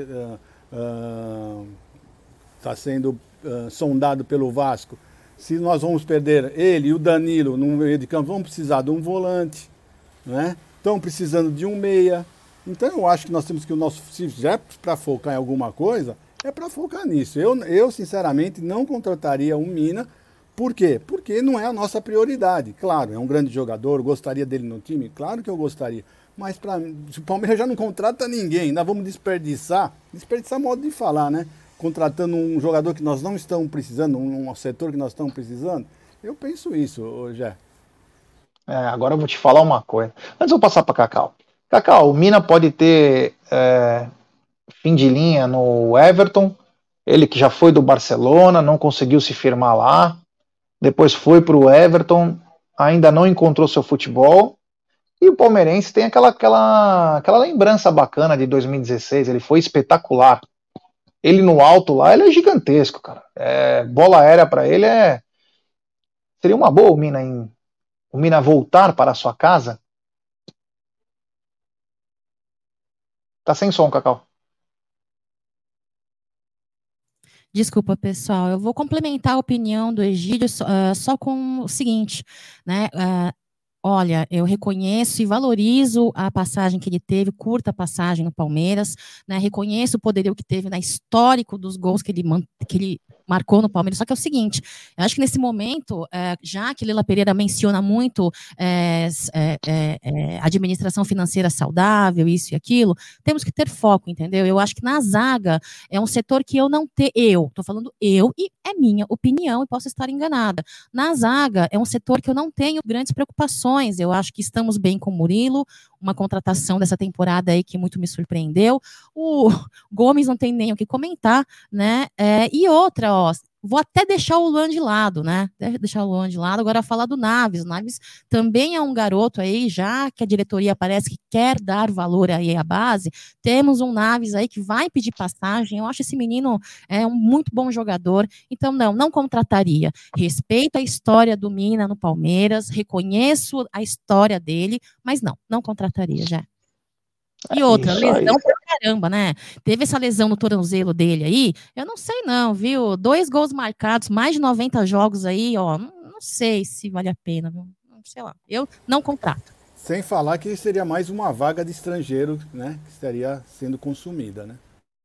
sendo sondado pelo Vasco. Se nós vamos perder ele e o Danilo no meio de campo, vamos precisar de um volante, né? Estão precisando de um meia. Então eu acho que nós temos que se já é para focar em alguma coisa, é para focar nisso. Eu, sinceramente, não contrataria um Mina. Por quê? Porque não é a nossa prioridade. Claro, é um grande jogador, gostaria dele no time? Claro que eu gostaria. Mas se o Palmeiras já não contrata ninguém, ainda vamos desperdiçar modo de falar, né? Contratando um jogador que nós não estamos precisando, um setor que nós estamos precisando. Eu penso isso, Jé. Agora eu vou te falar uma coisa. Antes eu passar para Cacau. Cacau, o Mina pode ter fim de linha no Everton, ele que já foi do Barcelona, não conseguiu se firmar lá, depois foi para o Everton, ainda não encontrou seu futebol, e o palmeirense tem aquela lembrança bacana de 2016, ele foi espetacular. Ele no alto lá, ele é gigantesco, cara. Bola aérea para ele seria uma boa o Mina voltar para a sua casa. Tá sem som, Cacau. Desculpa, pessoal. Eu vou complementar a opinião do Egídio só com o seguinte, né? Olha, eu reconheço e valorizo a passagem que ele teve, curta passagem no Palmeiras, né? Reconheço o poderio que teve na histórico dos gols que ele marcou no Palmeiras. Só que é o seguinte, eu acho que nesse momento, já que Leila Pereira menciona muito administração financeira saudável, isso e aquilo, temos que ter foco, entendeu? Eu acho que na zaga é um setor que estou falando eu, e é minha opinião, e posso estar enganada. Na zaga é um setor que eu não tenho grandes preocupações. Eu acho que estamos bem com o Murilo, uma contratação dessa temporada aí que muito me surpreendeu. O Gomes não tem nem o que comentar, né? E outra, vou até deixar o Luan de lado, né? Deixar o Luan de lado, agora falar do Naves. O Naves também é um garoto aí, já que a diretoria parece que quer dar valor aí à base, temos um Naves aí que vai pedir passagem. Eu acho esse menino um muito bom jogador, então não contrataria. Respeito a história do Mina no Palmeiras, reconheço a história dele, mas não contrataria já. E outra, lesão pra caramba, né? Teve essa lesão no tornozelo dele aí, eu não sei não, viu? 2 gols marcados, mais de 90 jogos aí, não sei se vale a pena, viu? Sei lá, eu não contrato. Sem falar que seria mais uma vaga de estrangeiro, né? Que estaria sendo consumida, né?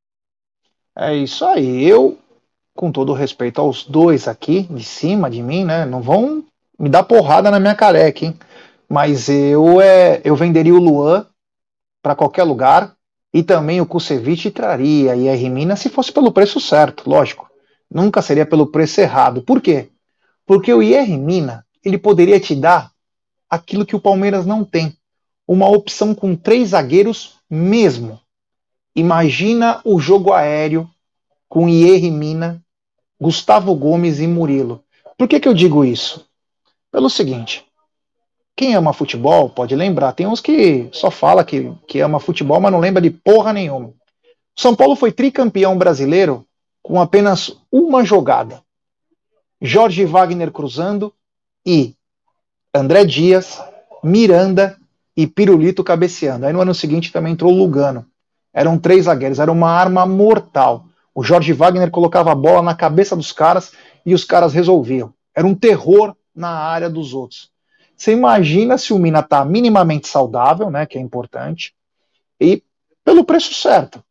É isso aí. Eu, com todo respeito aos dois aqui, de cima de mim, né? Não vão me dar porrada na minha careca, hein? Mas eu venderia o Luan para qualquer lugar, e também o Kusevich traria e a Mina se fosse pelo preço certo, lógico. Nunca seria pelo preço errado. Por quê? Porque o IR Mina, ele poderia te dar aquilo que o Palmeiras não tem. Uma opção com 3 zagueiros mesmo. Imagina o jogo aéreo com IR Mina, Gustavo Gomes e Murilo. Por que eu digo isso? Pelo seguinte, quem ama futebol pode lembrar, tem uns que só fala que ama futebol, mas não lembra de porra nenhuma. O São Paulo foi tricampeão brasileiro com apenas uma jogada. Jorge Wagner cruzando e André Dias, Miranda e Pirulito cabeceando. Aí no ano seguinte também entrou o Lugano. Eram 3 zagueiros, era uma arma mortal. O Jorge Wagner colocava a bola na cabeça dos caras e os caras resolviam. Era um terror na área dos outros. Você imagina se o Mina está minimamente saudável, né, que é importante, e pelo preço certo.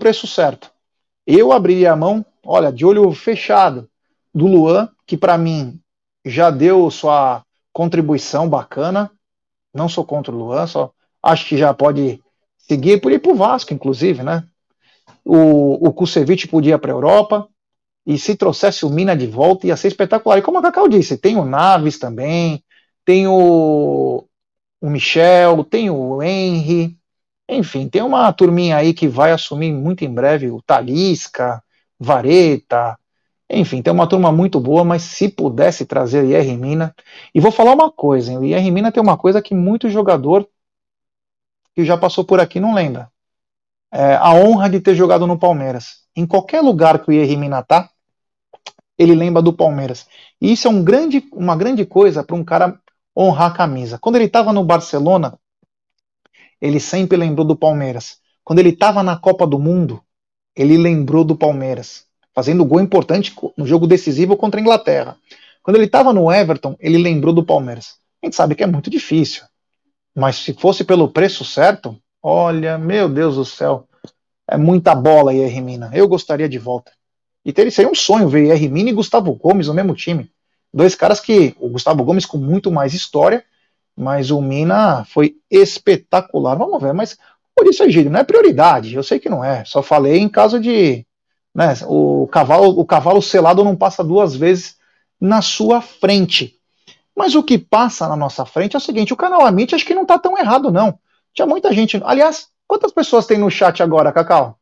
Eu abriria a mão, olha, de olho fechado, do Luan, que para mim já deu sua contribuição bacana. Não sou contra o Luan, só acho que já pode seguir por ir para o Vasco, inclusive, né? O Kusevich podia ir para a Europa, e se trouxesse o Mina de volta ia ser espetacular. E como a Cacau disse, tem o Naves também, tem o Michel, tem o Henry, enfim, tem uma turminha aí que vai assumir muito em breve, o Talisca, Vareta, enfim, tem uma turma muito boa, mas se pudesse trazer o IR Mina, e vou falar uma coisa, hein, o IR Mina tem uma coisa que muito jogador que já passou por aqui não lembra, a honra de ter jogado no Palmeiras. Em qualquer lugar que o IR Mina tá, ele lembra do Palmeiras, e isso é uma grande coisa para um cara honrar a camisa. Quando ele estava no Barcelona, ele sempre lembrou do Palmeiras. Quando ele estava na Copa do Mundo, ele lembrou do Palmeiras, fazendo gol importante no jogo decisivo contra a Inglaterra. Quando ele estava no Everton, ele lembrou do Palmeiras. A gente sabe que é muito difícil, mas se fosse pelo preço certo, Olha, meu Deus do céu. É muita bola aí, R. Mina. Eu gostaria de volta. E seria um sonho ver R. Mina e Gustavo Gomes no mesmo time. Dois caras que, o Gustavo Gomes com muito mais história, mas o Mina foi espetacular. Vamos ver, mas por isso, Egílio, não é prioridade. Eu sei que não é. Só falei em caso de, né, o cavalo selado não passa duas vezes na sua frente. Mas o que passa na nossa frente é o seguinte: o canal Amit acho que não está tão errado, não. Tinha muita gente. Aliás, quantas pessoas tem no chat agora, Cacau?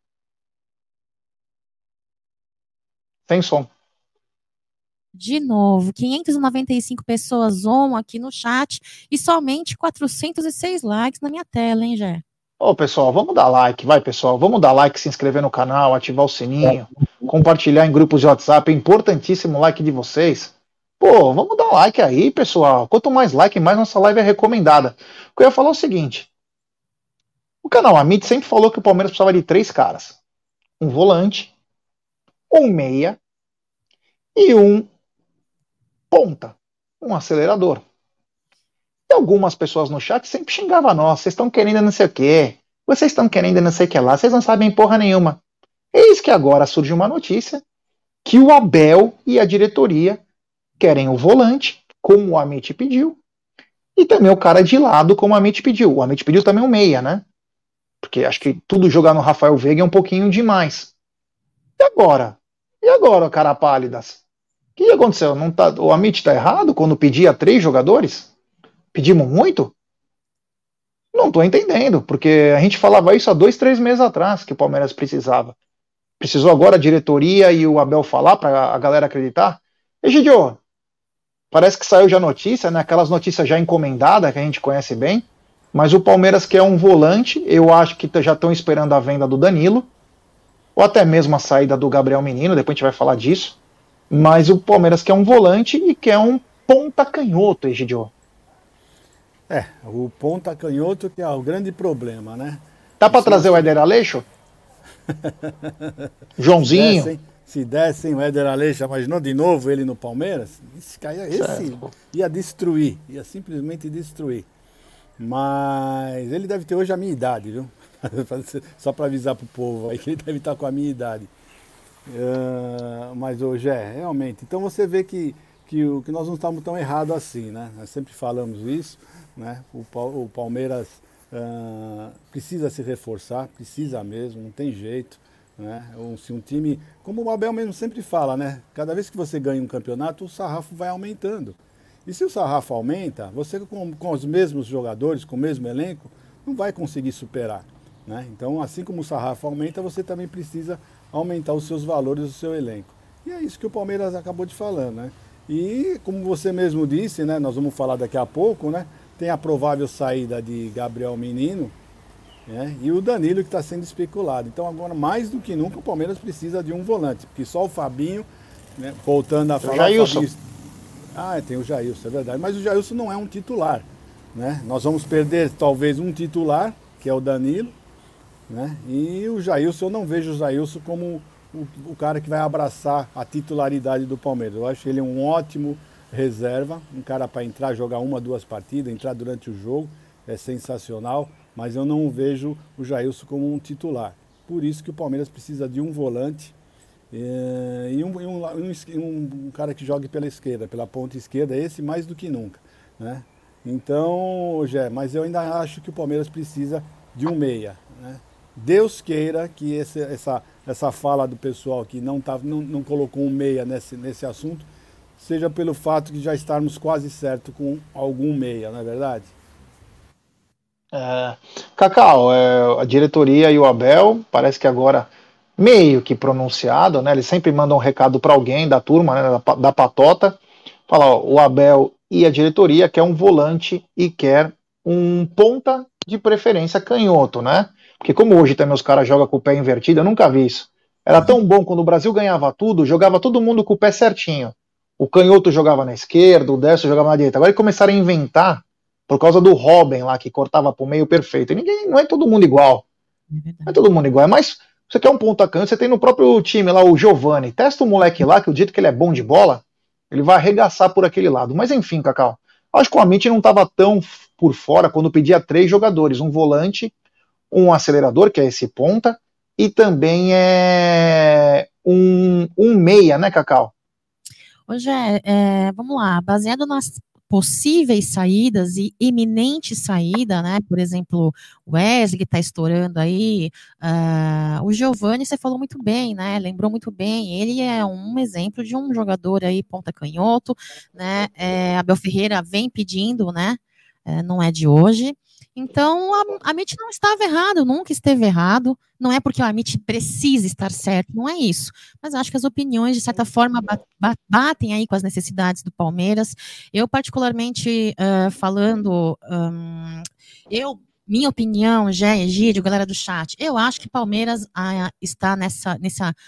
Sem som. De novo, 595 pessoas on aqui no chat e somente 406 likes na minha tela, hein, Jé? Ô, pessoal, vamos dar like, vai, pessoal. Vamos dar like, se inscrever no canal, ativar o sininho, compartilhar em grupos de WhatsApp. É importantíssimo o like de vocês. Pô, vamos dar like aí, pessoal. Quanto mais like, mais nossa live é recomendada. O que eu ia falar é o seguinte: o canal Amit sempre falou que o Palmeiras precisava de três caras: um volante, um meia e um ponta, um acelerador. E algumas pessoas no chat sempre xingavam nós: vocês estão querendo não sei o quê, vocês estão querendo não sei o que lá, vocês não sabem porra nenhuma. Eis que agora surge uma notícia que o Abel e a diretoria querem o volante, como o Amit pediu, e também o cara de lado, como o Amit pediu. O Amit pediu também um meia, né? Porque acho que tudo jogar no Rafael Veiga é um pouquinho demais. E agora? E agora, cara pálidas? O que aconteceu? Não tá, o Amit tá errado quando pedia três jogadores? Pedimos muito? Não tô entendendo, porque a gente falava isso há 2, 3 meses atrás, que o Palmeiras precisava. Precisou agora a diretoria e o Abel falar para a galera acreditar? Egidio, parece que saiu já notícia, né? Aquelas notícias já encomendadas que a gente conhece bem. Mas o Palmeiras quer um volante. Eu acho que já estão esperando a venda do Danilo, ou até mesmo a saída do Gabriel Menino. Depois a gente vai falar disso. Mas o Palmeiras quer um volante e quer um ponta canhoto, Egidio. O ponta canhoto que é o grande problema, né? Dá para trazer o Éder Aleixo? Joãozinho? Se dessem o Éder Aleixo, imaginou de novo ele no Palmeiras? Esse ia destruir, ia simplesmente destruir. Mas ele deve ter hoje a minha idade, viu? Só para avisar pro povo aí que ele deve estar com a minha idade. Mas hoje realmente. Então você vê que nós não estamos tão errados assim, né? Nós sempre falamos isso, né? O Palmeiras precisa se reforçar, precisa mesmo, não tem jeito. Né? Se um time, como o Abel mesmo sempre fala, né? Cada vez que você ganha um campeonato, o sarrafo vai aumentando. E se o sarrafo aumenta, você com os mesmos jogadores, com o mesmo elenco, não vai conseguir superar. Né? Então, assim como o sarrafo aumenta, você também precisa aumentar os seus valores do seu elenco. E é isso que o Palmeiras acabou de falar. Né? E, como você mesmo disse, né? Nós vamos falar daqui a pouco, né? Tem a provável saída de Gabriel Menino, né? E o Danilo que está sendo especulado. Então agora, mais do que nunca, o Palmeiras precisa de um volante, porque só o Fabinho, né? Voltando a falar... Jailson. Tem o Jailson, é verdade. Mas o Jailson não é um titular. Né? Nós vamos perder talvez um titular, que é o Danilo. Né? E o Jailson, eu não vejo o Jailson como o cara que vai abraçar a titularidade do Palmeiras. Eu acho ele um ótimo reserva, um cara para entrar, jogar 1, 2 partidas, entrar durante o jogo, é sensacional, mas eu não vejo o Jailson como um titular. Por isso que o Palmeiras precisa de um volante e um cara que jogue pela esquerda, pela ponta esquerda, esse mais do que nunca. Né? Então, mas eu ainda acho que o Palmeiras precisa de um meia. Né? Deus queira que essa fala do pessoal que não colocou um meia nesse assunto, seja pelo fato de já estarmos quase certo com algum meia, não é verdade? Cacau, a diretoria e o Abel, parece que agora meio que pronunciado, né? Eles sempre mandam um recado para alguém da turma, né, da patota, fala, ó, o Abel e a diretoria quer um volante e quer um ponta de preferência canhoto, né? Porque como hoje também os caras jogam com o pé invertido, eu nunca vi isso. Era tão bom quando o Brasil ganhava tudo, jogava todo mundo com o pé certinho. O canhoto jogava na esquerda, o destro jogava na direita. Agora eles começaram a inventar por causa do Robin lá, que cortava pro meio perfeito. E não é todo mundo igual. Não é todo mundo igual. Mas você quer um ponta canhoto, você tem no próprio time lá o Giovani. Testa o moleque lá, que o dito que ele é bom de bola, ele vai arregaçar por aquele lado. Mas enfim, Cacau, acho que o Amit não estava tão por fora quando pedia 3 jogadores, um volante, um acelerador, que é esse ponta, e também é um meia, né, Cacau? Hoje vamos lá, baseado nas possíveis saídas e iminente saída, né? Por exemplo, o Wesley está estourando aí, o Giovani, você falou muito bem, né? Lembrou muito bem. Ele é um exemplo de um jogador aí ponta canhoto, né? Abel Ferreira vem pedindo, né? Não é de hoje. Então, a Amit não estava errado, nunca esteve errado. Não é porque o Amit precisa estar certo, não é isso. Mas acho que as opiniões, de certa forma, batem aí com as necessidades do Palmeiras. Eu, particularmente, falando, minha opinião, Gé, Egídio, galera do chat, eu acho que Palmeiras está nessa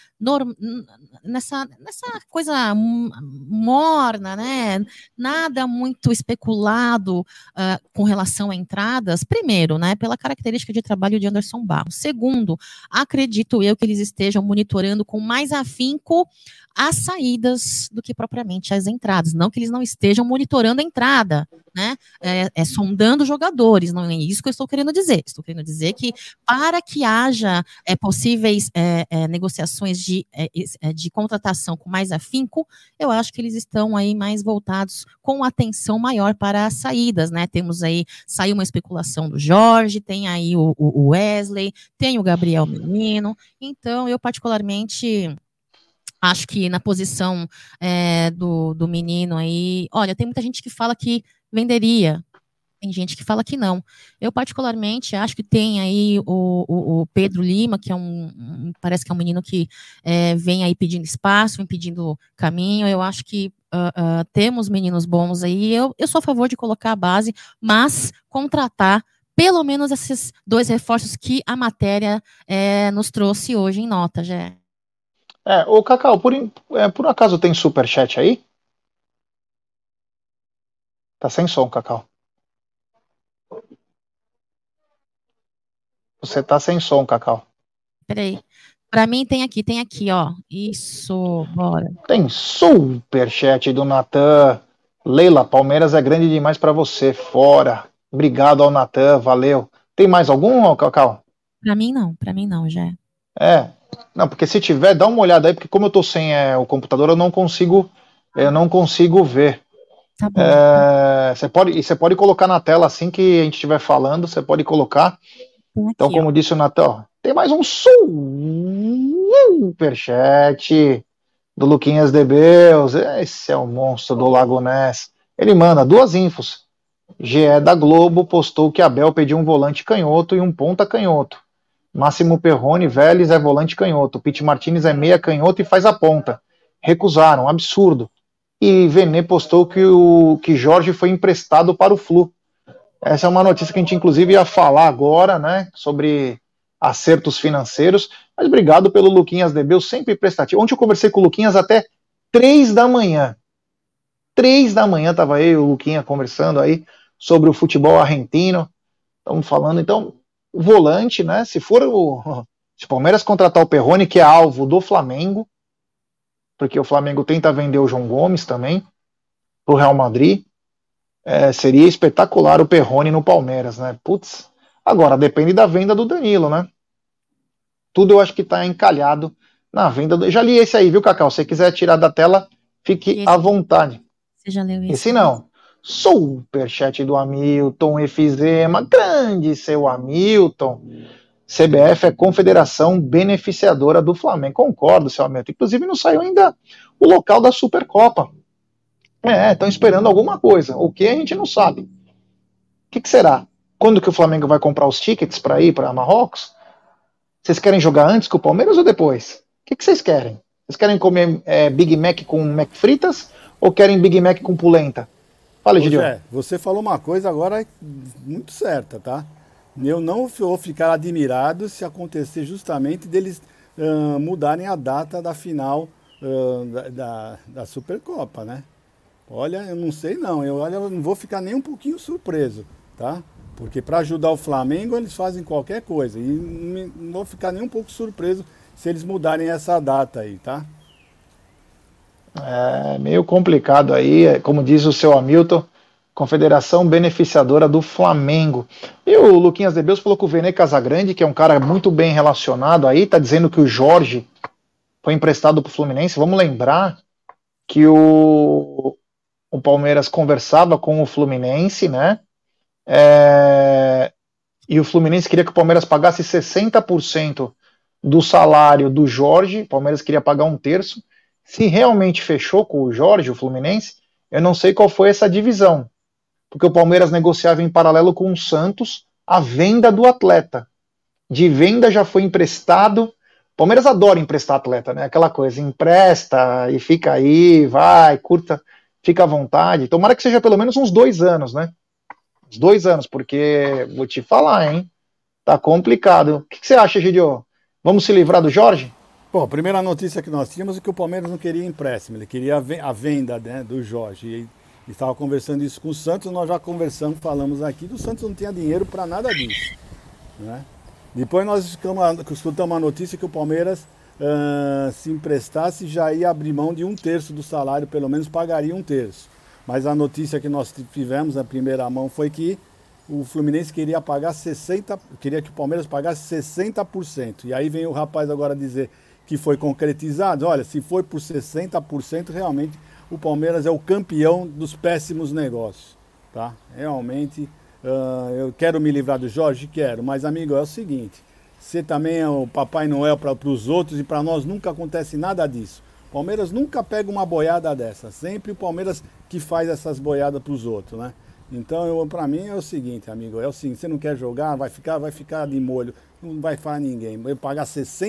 coisa morna, né? Nada muito especulado com relação a entradas. Primeiro, né, pela característica de trabalho de Anderson Barros. Segundo, acredito eu que eles estejam monitorando com mais afinco as saídas do que propriamente as entradas. Não que eles não estejam monitorando a entrada, né? Sondando jogadores, não é isso que eu estou querendo dizer. Estou querendo dizer que para que haja possíveis negociações de contratação com mais afinco, eu acho que eles estão aí mais voltados com atenção maior para as saídas, né? Temos aí, saiu uma especulação do Jorge, tem aí o Wesley, tem o Gabriel Menino, então eu particularmente acho que na posição do menino aí, olha, tem muita gente que fala que venderia, tem gente que fala que não. Eu, particularmente, acho que tem aí o Pedro Lima, que parece que é um menino que vem aí pedindo espaço, vem pedindo caminho. Eu acho que temos meninos bons aí. Eu sou a favor de colocar a base, mas contratar pelo menos esses 2 reforços que a matéria nos trouxe hoje em nota, já. Ô Cacau, por acaso tem superchat aí? Tá sem som, Cacau. Você tá sem som, Cacau. Peraí. Pra mim tem aqui, ó. Isso, bora. Tem superchat do Natan. Leila, Palmeiras é grande demais pra você. Fora. Obrigado ao Natan, valeu. Tem mais algum, Cacau? Pra mim não, já. Não, porque se tiver, dá uma olhada aí, porque como eu tô sem o computador, eu não consigo ver. Tá bom. Você pode colocar na tela assim que a gente estiver falando, você pode colocar. Aqui, Então, como disse o Natan, tem mais um superchat do Luquinhas de Beus. Esse é o monstro do Lago Ness. Ele manda 2 infos. GE da Globo postou que Abel pediu um volante canhoto e um ponta canhoto. Máximo Perrone Vélez é volante canhoto. Pete Martinez é meia canhoto e faz a ponta. Recusaram, absurdo. E Venê postou que Jorge foi emprestado para o Flu. Essa é uma notícia que a gente inclusive ia falar agora, né, sobre acertos financeiros, mas obrigado pelo Luquinhas Debeu, sempre prestativo. Ontem eu conversei com o Luquinhas até 3 da manhã. 3 da manhã estava eu e o Luquinha conversando aí sobre o futebol argentino. Estamos falando, então, o volante, né, se o Palmeiras contratar o Perrone, que é alvo do Flamengo, porque o Flamengo tenta vender o João Gomes também, para o Real Madrid, seria espetacular o Perrone no Palmeiras, né? Putz, agora depende da venda do Danilo, né? Tudo eu acho que está encalhado na venda. Já li esse aí, viu, Cacau? Se você quiser tirar da tela, fique à vontade. Você já leu esse? Esse não. Superchat do Hamilton, Efizema, grande seu Hamilton. CBF é confederação beneficiadora do Flamengo. Concordo, seu Hamilton. Inclusive não saiu ainda o local da Supercopa. Estão esperando alguma coisa. O que a gente não sabe. O que será? Quando que o Flamengo vai comprar os tickets para ir para Marrocos? Vocês querem jogar antes que o Palmeiras ou depois? O que vocês querem? Vocês querem comer Big Mac com Mac fritas ou querem Big Mac com polenta? Fala, Gideon. Você falou uma coisa agora muito certa, tá? Eu não vou ficar admirado se acontecer justamente deles mudarem a data da final da Supercopa, né? Olha, eu não sei não, eu não vou ficar nem um pouquinho surpreso, tá? Porque para ajudar o Flamengo eles fazem qualquer coisa e não vou ficar nem um pouco surpreso se eles mudarem essa data aí, tá? É meio complicado aí, como diz o seu Hamilton, Confederação Beneficiadora do Flamengo. E o Luquinhas de Beus falou que o Vene Casagrande, que é um cara muito bem relacionado aí, tá dizendo que o Jorge foi emprestado pro Fluminense. Vamos lembrar que o Palmeiras conversava com o Fluminense, né? E o Fluminense queria que o Palmeiras pagasse 60% do salário do Jorge. O Palmeiras queria pagar um terço. Se realmente fechou com o Jorge, o Fluminense, eu não sei qual foi essa divisão, porque o Palmeiras negociava em paralelo com o Santos a venda do atleta. De venda já foi emprestado. O Palmeiras adora emprestar atleta, né? Aquela coisa, empresta e fica aí, vai, curta, fica à vontade. Tomara que seja pelo menos uns 2 anos, né? Uns 2 anos, porque vou te falar, hein? Tá complicado. O que você acha, Gidio? Vamos se livrar do Jorge? Bom, a primeira notícia que nós tínhamos é que o Palmeiras não queria empréstimo, ele queria a venda, né, do Jorge. E estava conversando isso com o Santos, nós já conversamos, falamos aqui, que o Santos não tinha dinheiro para nada disso, né? Depois nós escutamos a notícia que o Palmeiras, se emprestasse, já ia abrir mão de 1/3 do salário, pelo menos pagaria 1/3. Mas a notícia que nós tivemos na primeira mão foi que o Fluminense queria que o Palmeiras pagasse 60%. E aí vem o rapaz agora dizer que foi concretizado. Olha, se foi por 60%, realmente o Palmeiras é o campeão dos péssimos negócios, tá? Realmente, eu quero me livrar do Jorge? Quero, mas amigo, é o seguinte, você também é o Papai Noel para os outros e para nós nunca acontece nada disso. O Palmeiras nunca pega uma boiada dessa, sempre o Palmeiras que faz essas boiadas para os outros, né? Então, para mim é o seguinte, amigo, é o seguinte, você não quer jogar, vai ficar de molho, não vai falar ninguém. Vai pagar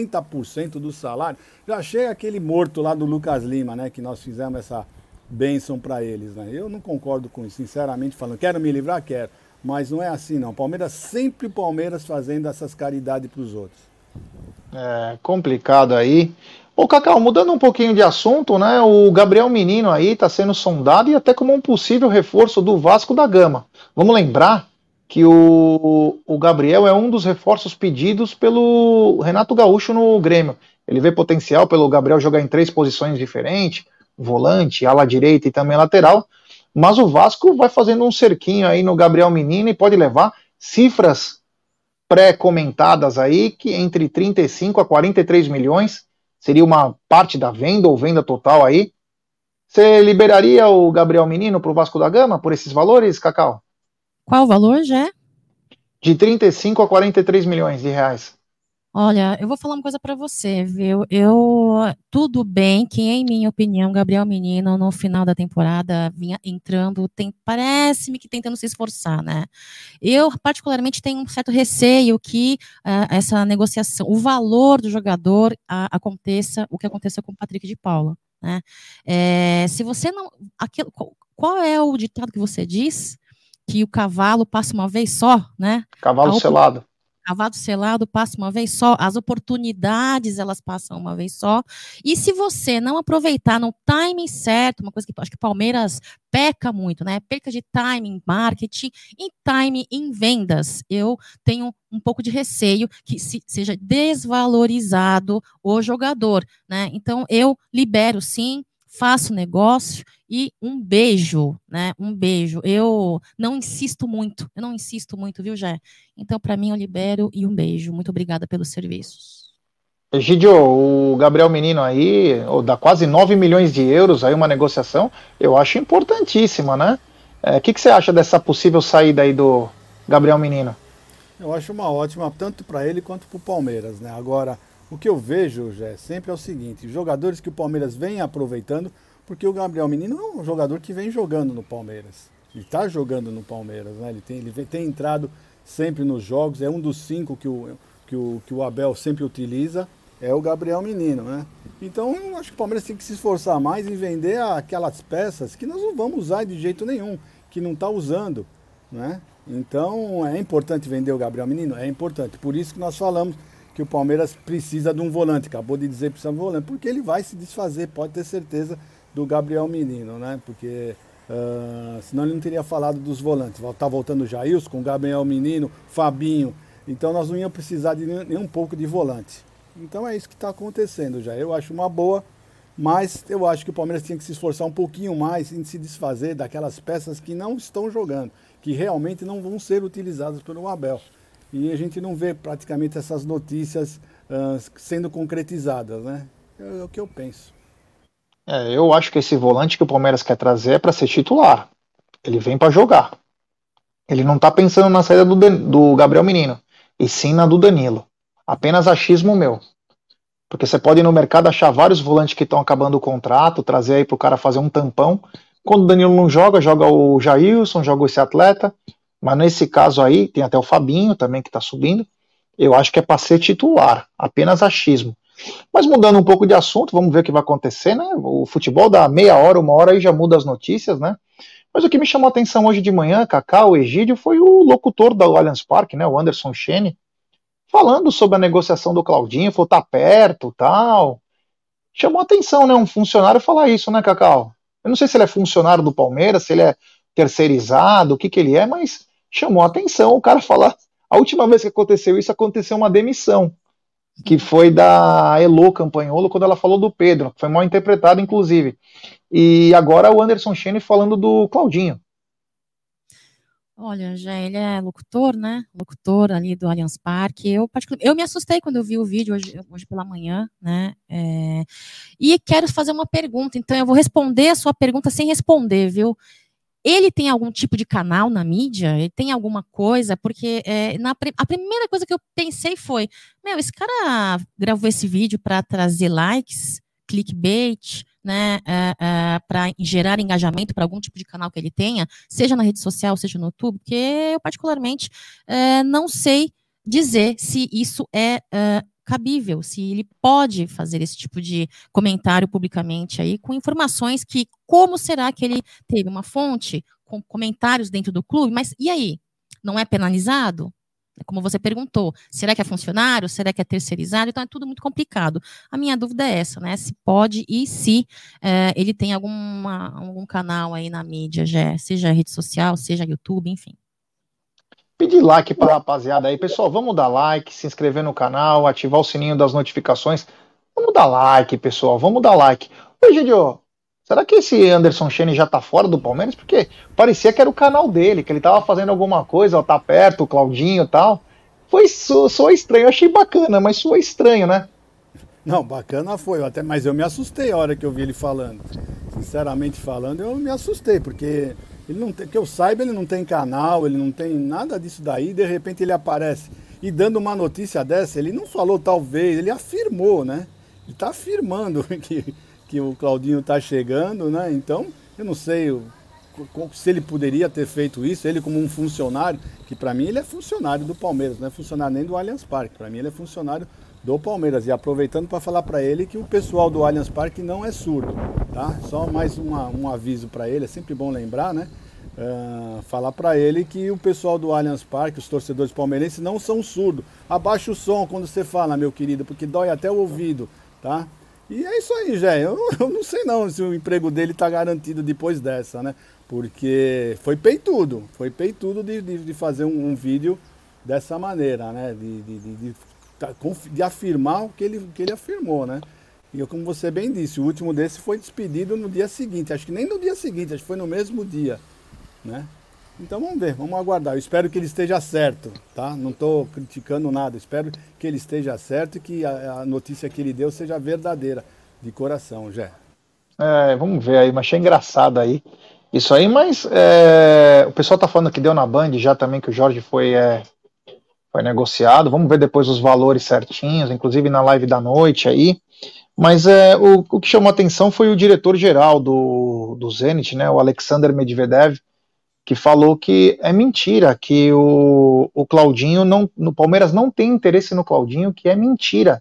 60% do salário. Já chega aquele morto lá do Lucas Lima, né, que nós fizemos essa bênção para eles, né? Eu não concordo com isso, sinceramente falando. Quero me livrar? Quero. Mas não é assim, não. Palmeiras, sempre o Palmeiras fazendo essas caridades para os outros. É complicado aí. Ô, Cacau, mudando um pouquinho de assunto, né? O Gabriel Menino aí está sendo sondado e até como um possível reforço do Vasco da Gama. Vamos lembrar que o Gabriel é um dos reforços pedidos pelo Renato Gaúcho no Grêmio. Ele vê potencial pelo Gabriel jogar em 3 posições diferentes, volante, ala direita e também lateral. Mas o Vasco vai fazendo um cerquinho aí no Gabriel Menino e pode levar cifras pré-comentadas aí que entre 35 a 43 milhões seria uma parte da venda ou venda total aí. Você liberaria o Gabriel Menino para o Vasco da Gama por esses valores, Cacau? Qual o valor, Jé? De 35 a 43 milhões de reais. Olha, eu vou falar uma coisa para você, viu? Tudo bem que, em minha opinião, Gabriel Menino, no final da temporada, vinha entrando, parece-me que tentando se esforçar, né? Eu, particularmente, tenho um certo receio que essa negociação, o valor do jogador aconteça, o que aconteceu com o Patrick de Paula, né? Se você não... qual é o ditado que você diz? Que o cavalo passa uma vez só, né? Cavalo selado. Cavalo selado passa uma vez só, as oportunidades elas passam uma vez só, e se você não aproveitar no timing certo, uma coisa que acho que o Palmeiras peca muito, né? Perca de timing, marketing e timing em vendas. Eu tenho um pouco de receio que seja desvalorizado o jogador, né? Então eu libero sim, faço negócio e um beijo, né? Um beijo. Eu não insisto muito, viu, Jé? Então, para mim, eu libero e um beijo. Muito obrigada pelos serviços. Egidio, o Gabriel Menino aí, dá quase 9 milhões de euros aí, uma negociação, eu acho importantíssima, né? O que você acha dessa possível saída aí do Gabriel Menino? Eu acho uma ótima, tanto para ele quanto para o Palmeiras, né? Agora, o que eu vejo, Jé, sempre é o seguinte, jogadores que o Palmeiras vem aproveitando, porque o Gabriel Menino é um jogador que vem jogando no Palmeiras. Ele está jogando no Palmeiras, né? Ele tem entrado sempre nos jogos, é um dos 5 que o Abel sempre utiliza, é o Gabriel Menino, né? Então, eu acho que o Palmeiras tem que se esforçar mais em vender aquelas peças que nós não vamos usar de jeito nenhum, que não está usando, né? Então, é importante vender o Gabriel Menino? É importante. Por isso que nós falamos que o Palmeiras precisa de um volante. Acabou de dizer que precisa de um volante, porque ele vai se desfazer, pode ter certeza, do Gabriel Menino, né? Porque senão ele não teria falado dos volantes. Tá voltando o Jailson, com o Gabriel Menino, Fabinho. Então nós não íamos precisar de nem um pouco de volante. Então é isso que está acontecendo já. Eu acho uma boa. Mas eu acho que o Palmeiras tinha que se esforçar um pouquinho mais em se desfazer daquelas peças que não estão jogando, que realmente não vão ser utilizadas pelo Abel. E a gente não vê praticamente essas notícias sendo concretizadas, né? É o que eu penso. Eu acho que esse volante que o Palmeiras quer trazer é para ser titular. Ele vem para jogar. Ele não tá pensando na saída do Gabriel Menino, e sim na do Danilo. Apenas achismo meu. Porque você pode ir no mercado achar vários volantes que estão acabando o contrato, trazer aí pro cara fazer um tampão. Quando o Danilo não joga, joga o Jailson, joga esse atleta. Mas nesse caso aí, tem até o Fabinho também que tá subindo. Eu acho que é para ser titular, apenas achismo. Mas mudando um pouco de assunto, vamos ver o que vai acontecer, né? O futebol dá meia hora, uma hora aí já muda as notícias, né? Mas o que me chamou a atenção hoje de manhã, Cacau, Egídio, foi o locutor do Allianz Parque, né? O Anderson Chene, falando sobre a negociação do Claudinho, falou, tá perto, tal. Chamou a atenção, né? Um funcionário falar isso, né, Cacau? Eu não sei se ele é funcionário do Palmeiras, se ele é terceirizado, o que ele é, mas chamou a atenção o cara falar. A última vez que aconteceu isso, aconteceu uma demissão, que foi da Elô Campagnolo, quando ela falou do Pedro, que foi mal interpretado, inclusive. E agora o Anderson Chene falando do Claudinho. Olha, já ele é locutor, né? Locutor ali do Allianz Parque. Eu me assustei quando eu vi o vídeo hoje pela manhã, né? E quero fazer uma pergunta, então eu vou responder a sua pergunta sem responder, viu? Ele tem algum tipo de canal na mídia? Ele tem alguma coisa? Porque a primeira coisa que eu pensei foi, esse cara gravou esse vídeo para trazer likes, clickbait, né, para gerar engajamento para algum tipo de canal que ele tenha, seja na rede social, seja no YouTube, porque eu particularmente não sei dizer se isso é cabível, se ele pode fazer esse tipo de comentário publicamente aí, com informações que, como será que ele teve uma fonte com comentários dentro do clube, mas e aí? Não é penalizado? Como você perguntou, será que é funcionário? Será que é terceirizado? Então é tudo muito complicado. A minha dúvida é essa, né? Se pode e se ele tem algum canal aí na mídia, seja rede social, seja YouTube, enfim. Pedir like para a rapaziada aí. Pessoal, vamos dar like, se inscrever no canal, ativar o sininho das notificações. Vamos dar like, pessoal, vamos dar like. Oi, Gidio, será que esse Anderson Chene já tá fora do Palmeiras? Porque parecia que era o canal dele, que ele tava fazendo alguma coisa, ó, tá perto, o Claudinho e tal. Soou estranho, eu achei bacana, mas soou estranho, né? Não, bacana foi, mas eu me assustei a hora que eu vi ele falando. Sinceramente falando, eu me assustei, porque ele não tem, que eu saiba, ele não tem canal, ele não tem nada disso daí, de repente ele aparece. E dando uma notícia dessa, ele não falou talvez, ele afirmou, né? Ele está afirmando que o Claudinho está chegando, né? Então, eu não sei se ele poderia ter feito isso, ele como um funcionário, que para mim ele é funcionário do Palmeiras, não é funcionário nem do Allianz Parque, para mim ele é funcionário do Palmeiras. E aproveitando para falar para ele que o pessoal do Allianz Parque não é surdo, tá? Só mais um aviso para ele, é sempre bom lembrar, né? Falar para ele que o pessoal do Allianz Parque, os torcedores palmeirenses, não são surdos. Abaixa o som quando você fala, meu querido, porque dói até o ouvido, tá? E é isso aí, Jé. Eu não sei não se o emprego dele tá garantido depois dessa, né? Porque foi peitudo de fazer um vídeo dessa maneira, né? De afirmar o que ele afirmou, né? E como você bem disse, o último desse foi despedido no dia seguinte. Acho que nem no dia seguinte, acho que foi no mesmo dia, né? Então vamos ver, vamos aguardar. Eu espero que ele esteja certo, tá? Não estou criticando nada, espero que ele esteja certo e que a notícia que ele deu seja verdadeira, de coração, Jé. Vamos ver aí, mas achei engraçado aí isso aí, mas o pessoal tá falando que deu na Band já também, que o Jorge foi negociado. Vamos ver depois os valores certinhos, inclusive na live da noite aí. Mas o que chamou a atenção foi o diretor-geral do Zenit, né, o Alexander Medvedev, que falou que é mentira, que o Claudinho, no Palmeiras não tem interesse no Claudinho, que é mentira.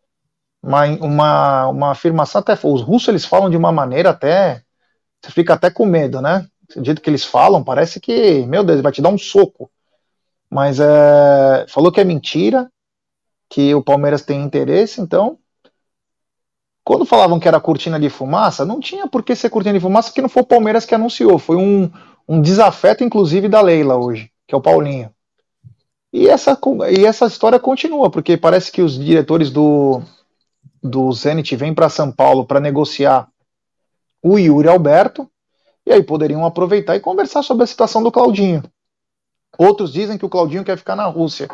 Uma afirmação, até os russos eles falam de uma maneira até, você fica até com medo, né? Do jeito que eles falam, parece que, meu Deus, vai te dar um soco. Mas falou que é mentira, que o Palmeiras tem interesse, então quando falavam que era cortina de fumaça, não tinha por que ser cortina de fumaça, que não foi o Palmeiras que anunciou, foi um desafeto, inclusive, da Leila hoje, que é o Paulinho. E essa história continua, porque parece que os diretores do do Zenit vem para São Paulo para negociar o Yuri Alberto, e aí poderiam aproveitar e conversar sobre a situação do Claudinho. Outros dizem que o Claudinho quer ficar na Rússia.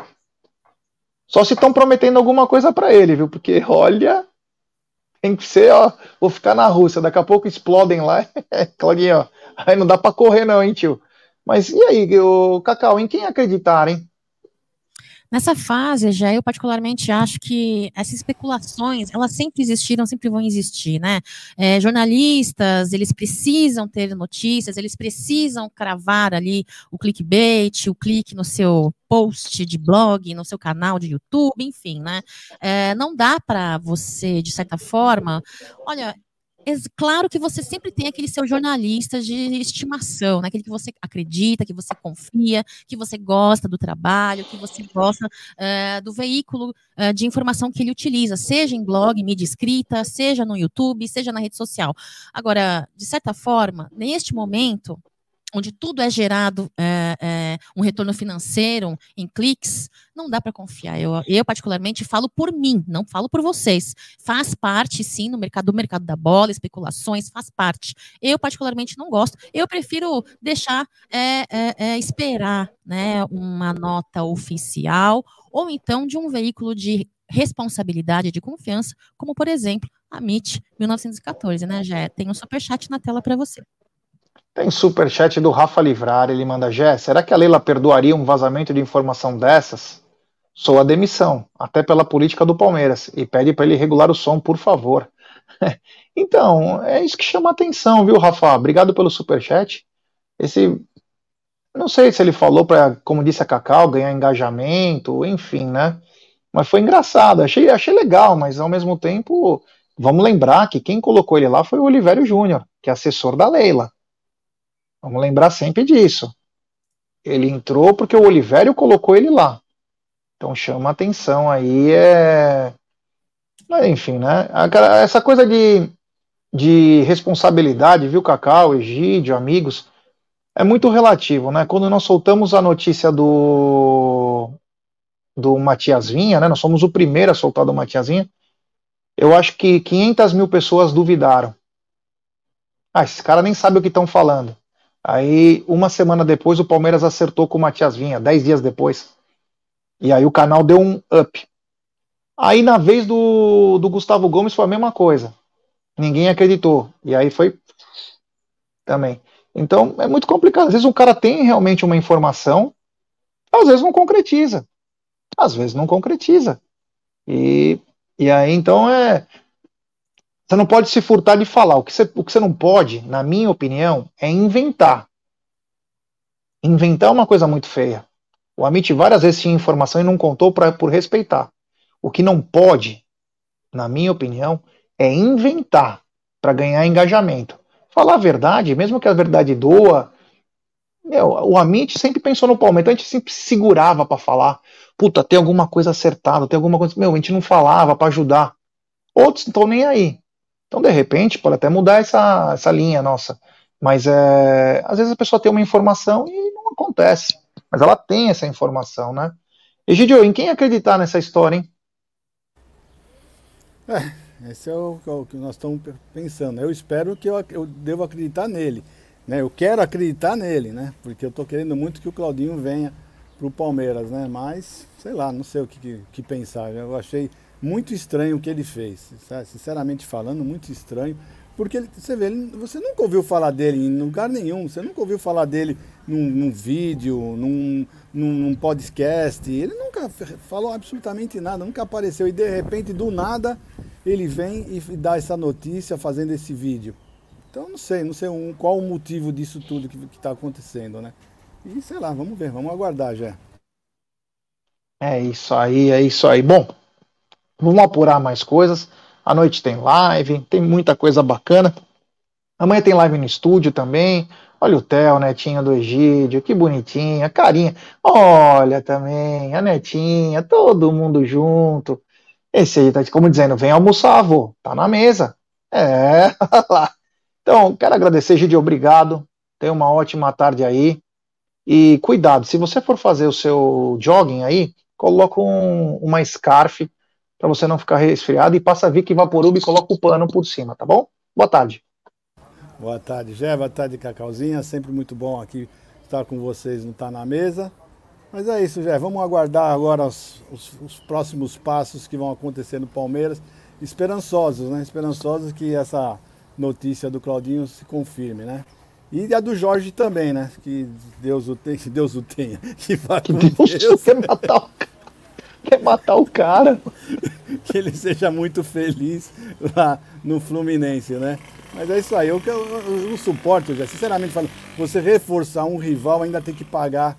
Só se estão prometendo alguma coisa para ele, viu? Porque, olha, tem que ser, ó, vou ficar na Rússia, daqui a pouco explodem lá. Claudinho, ó, aí não dá para correr não, hein, tio? Mas e aí, o Cacau, em quem acreditar, hein? Nessa fase, já eu particularmente acho que essas especulações, elas sempre existiram, sempre vão existir, né? Jornalistas, eles precisam ter notícias, eles precisam cravar ali o clickbait, o clique no seu post de blog, no seu canal de YouTube, enfim, né? Não dá para você, de certa forma, olha, claro que você sempre tem aquele seu jornalista de estimação, né? Aquele que você acredita, que você confia, que você gosta do trabalho, que você gosta do veículo de informação que ele utiliza, seja em blog, mídia escrita, seja no YouTube, seja na rede social. Agora, de certa forma, neste momento, onde tudo é gerado um retorno financeiro em cliques, não dá para confiar. Eu, particularmente, falo por mim, não falo por vocês. Faz parte, sim, do mercado da bola, especulações, faz parte. Eu, particularmente, não gosto. Eu prefiro deixar, esperar, né, uma nota oficial, ou então de um veículo de responsabilidade, de confiança, como, por exemplo, a MIT 1914, né, Jé? Tem um superchat na tela para você. Tem superchat do Rafa Livrar, ele manda: Jé, será que a Leila perdoaria um vazamento de informação dessas? Sou a demissão, até pela política do Palmeiras, e pede para ele regular o som, por favor. Então, é isso que chama a atenção, viu, Rafa? Obrigado pelo superchat. Não sei se ele falou para, como disse a Cacau, ganhar engajamento, enfim, né? Mas foi engraçado, achei legal, mas ao mesmo tempo, vamos lembrar que quem colocou ele lá foi o Olivério Júnior, que é assessor da Leila. Vamos lembrar sempre disso. Ele entrou porque o Olivério colocou ele lá. Então chama atenção aí. Mas enfim, né? Essa coisa de responsabilidade, viu, Cacau, Egídio, amigos, é muito relativo, né? Quando nós soltamos a notícia do Matias Vinha, né? Nós somos o primeiro a soltar do Matias Vinha. Eu acho que 500 mil pessoas duvidaram. Esses caras nem sabem o que estão falando. Aí, uma semana depois, o Palmeiras acertou com o Matias Vinha, 10 dias depois. E aí o canal deu um up. Aí, na vez do Gustavo Gomes, foi a mesma coisa. Ninguém acreditou. E aí foi também. Então, é muito complicado. Às vezes o cara tem realmente uma informação, às vezes não concretiza. Às vezes não concretiza. E aí, então, você não pode se furtar de falar. O que você não pode, na minha opinião, é inventar. Inventar é uma coisa muito feia. O Amit várias vezes tinha informação e não contou por respeitar. O que não pode, na minha opinião, é inventar para ganhar engajamento. Falar a verdade, mesmo que a verdade doa. O Amit sempre pensou no Palmeiras, então a gente sempre se segurava para falar. Puta, tem alguma coisa acertada, tem alguma coisa. A gente não falava para ajudar. Outros não estão nem aí. Então, de repente, pode até mudar essa linha nossa. Mas às vezes a pessoa tem uma informação e não acontece. Mas ela tem essa informação, né? Egidio, em quem acreditar nessa história, hein? Esse é o que nós estamos pensando. Eu espero que eu devo acreditar nele. Né? Eu quero acreditar nele, né? Porque eu estou querendo muito que o Claudinho venha para o Palmeiras, né? Mas, sei lá, não sei o que pensar. Eu achei muito estranho o que ele fez. Sinceramente falando, muito estranho. Porque você vê, você nunca ouviu falar dele em lugar nenhum, você nunca ouviu falar dele num vídeo, num podcast, ele nunca falou absolutamente nada, nunca apareceu, e de repente, do nada, ele vem e dá essa notícia fazendo esse vídeo. Então não sei qual o motivo disso tudo que está acontecendo, né? E sei lá, vamos ver, vamos aguardar já. É isso aí. Bom, vamos apurar mais coisas. À noite tem live, tem muita coisa bacana. Amanhã tem live no estúdio também. Olha o Theo, netinha do Egídio, que bonitinha, carinha. Olha também, a netinha, todo mundo junto. Esse aí tá como dizendo, vem almoçar, avô, tá na mesa. Lá. Então, quero agradecer, Egídio, obrigado. Tenha uma ótima tarde aí. E cuidado, se você for fazer o seu jogging aí, coloca uma scarf para você não ficar resfriado, e passa Vick Vaporub e coloca o pano por cima, tá bom? Boa tarde. Boa tarde, Gé, boa tarde, Cacauzinha, sempre muito bom aqui estar com vocês no Tá Na Mesa. Mas é isso, Gé, vamos aguardar agora os próximos passos que vão acontecer no Palmeiras, esperançosos, né? Esperançosos que essa notícia do Claudinho se confirme, né? E a do Jorge também, né? Que Deus o tenha, que Deus o tenha. Que vá com Deus. Quer matar o cara. Que ele seja muito feliz lá no Fluminense, né? Mas é isso aí. Eu suporto, já, sinceramente falando, você reforçar um rival ainda tem que pagar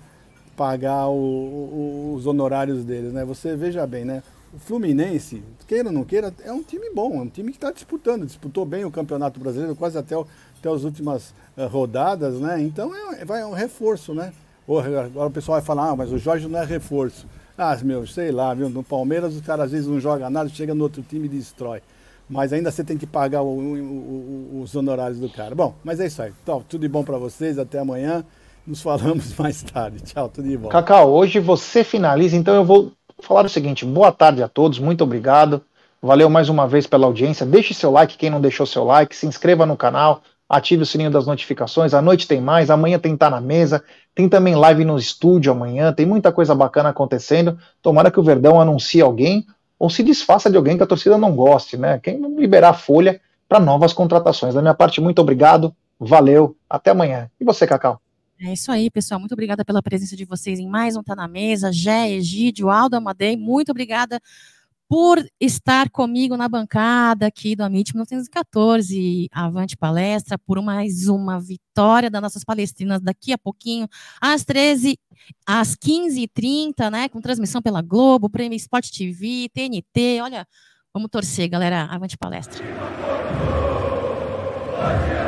os honorários deles, né? Você veja bem, né? O Fluminense, queira ou não queira, é um time bom, é um time que está disputando, disputou bem o Campeonato Brasileiro, quase até as últimas rodadas, né? Então é um reforço, né? Agora o pessoal vai falar, mas o Jorge não é reforço. Sei lá, viu? No Palmeiras os caras às vezes não jogam nada, chega no outro time e destrói. Mas ainda você tem que pagar os honorários do cara. Bom, mas é isso aí. Então, tudo de bom para vocês, até amanhã. Nos falamos mais tarde. Tchau, tudo de bom. Cacau, hoje você finaliza, então eu vou falar o seguinte, boa tarde a todos, muito obrigado, valeu mais uma vez pela audiência, deixe seu like, quem não deixou seu like, se inscreva no canal, ative o sininho das notificações, à noite tem mais, amanhã tem Tá Na Mesa, tem também live no estúdio amanhã, tem muita coisa bacana acontecendo, tomara que o Verdão anuncie alguém, ou se desfaça de alguém que a torcida não goste, né, quem não liberar folha para novas contratações. Da minha parte, muito obrigado, valeu, até amanhã. E você, Cacau? É isso aí, pessoal. Muito obrigada pela presença de vocês em mais um Tá Na Mesa. Gé, Egídio, Aldo Amadei, muito obrigada por estar comigo na bancada aqui do Amit 1914. Avante palestra, por mais uma vitória das nossas palestrinas daqui a pouquinho, às 15h30, né? Com transmissão pela Globo, Prêmio Sport TV, TNT. Olha, vamos torcer, galera. Avante palestra.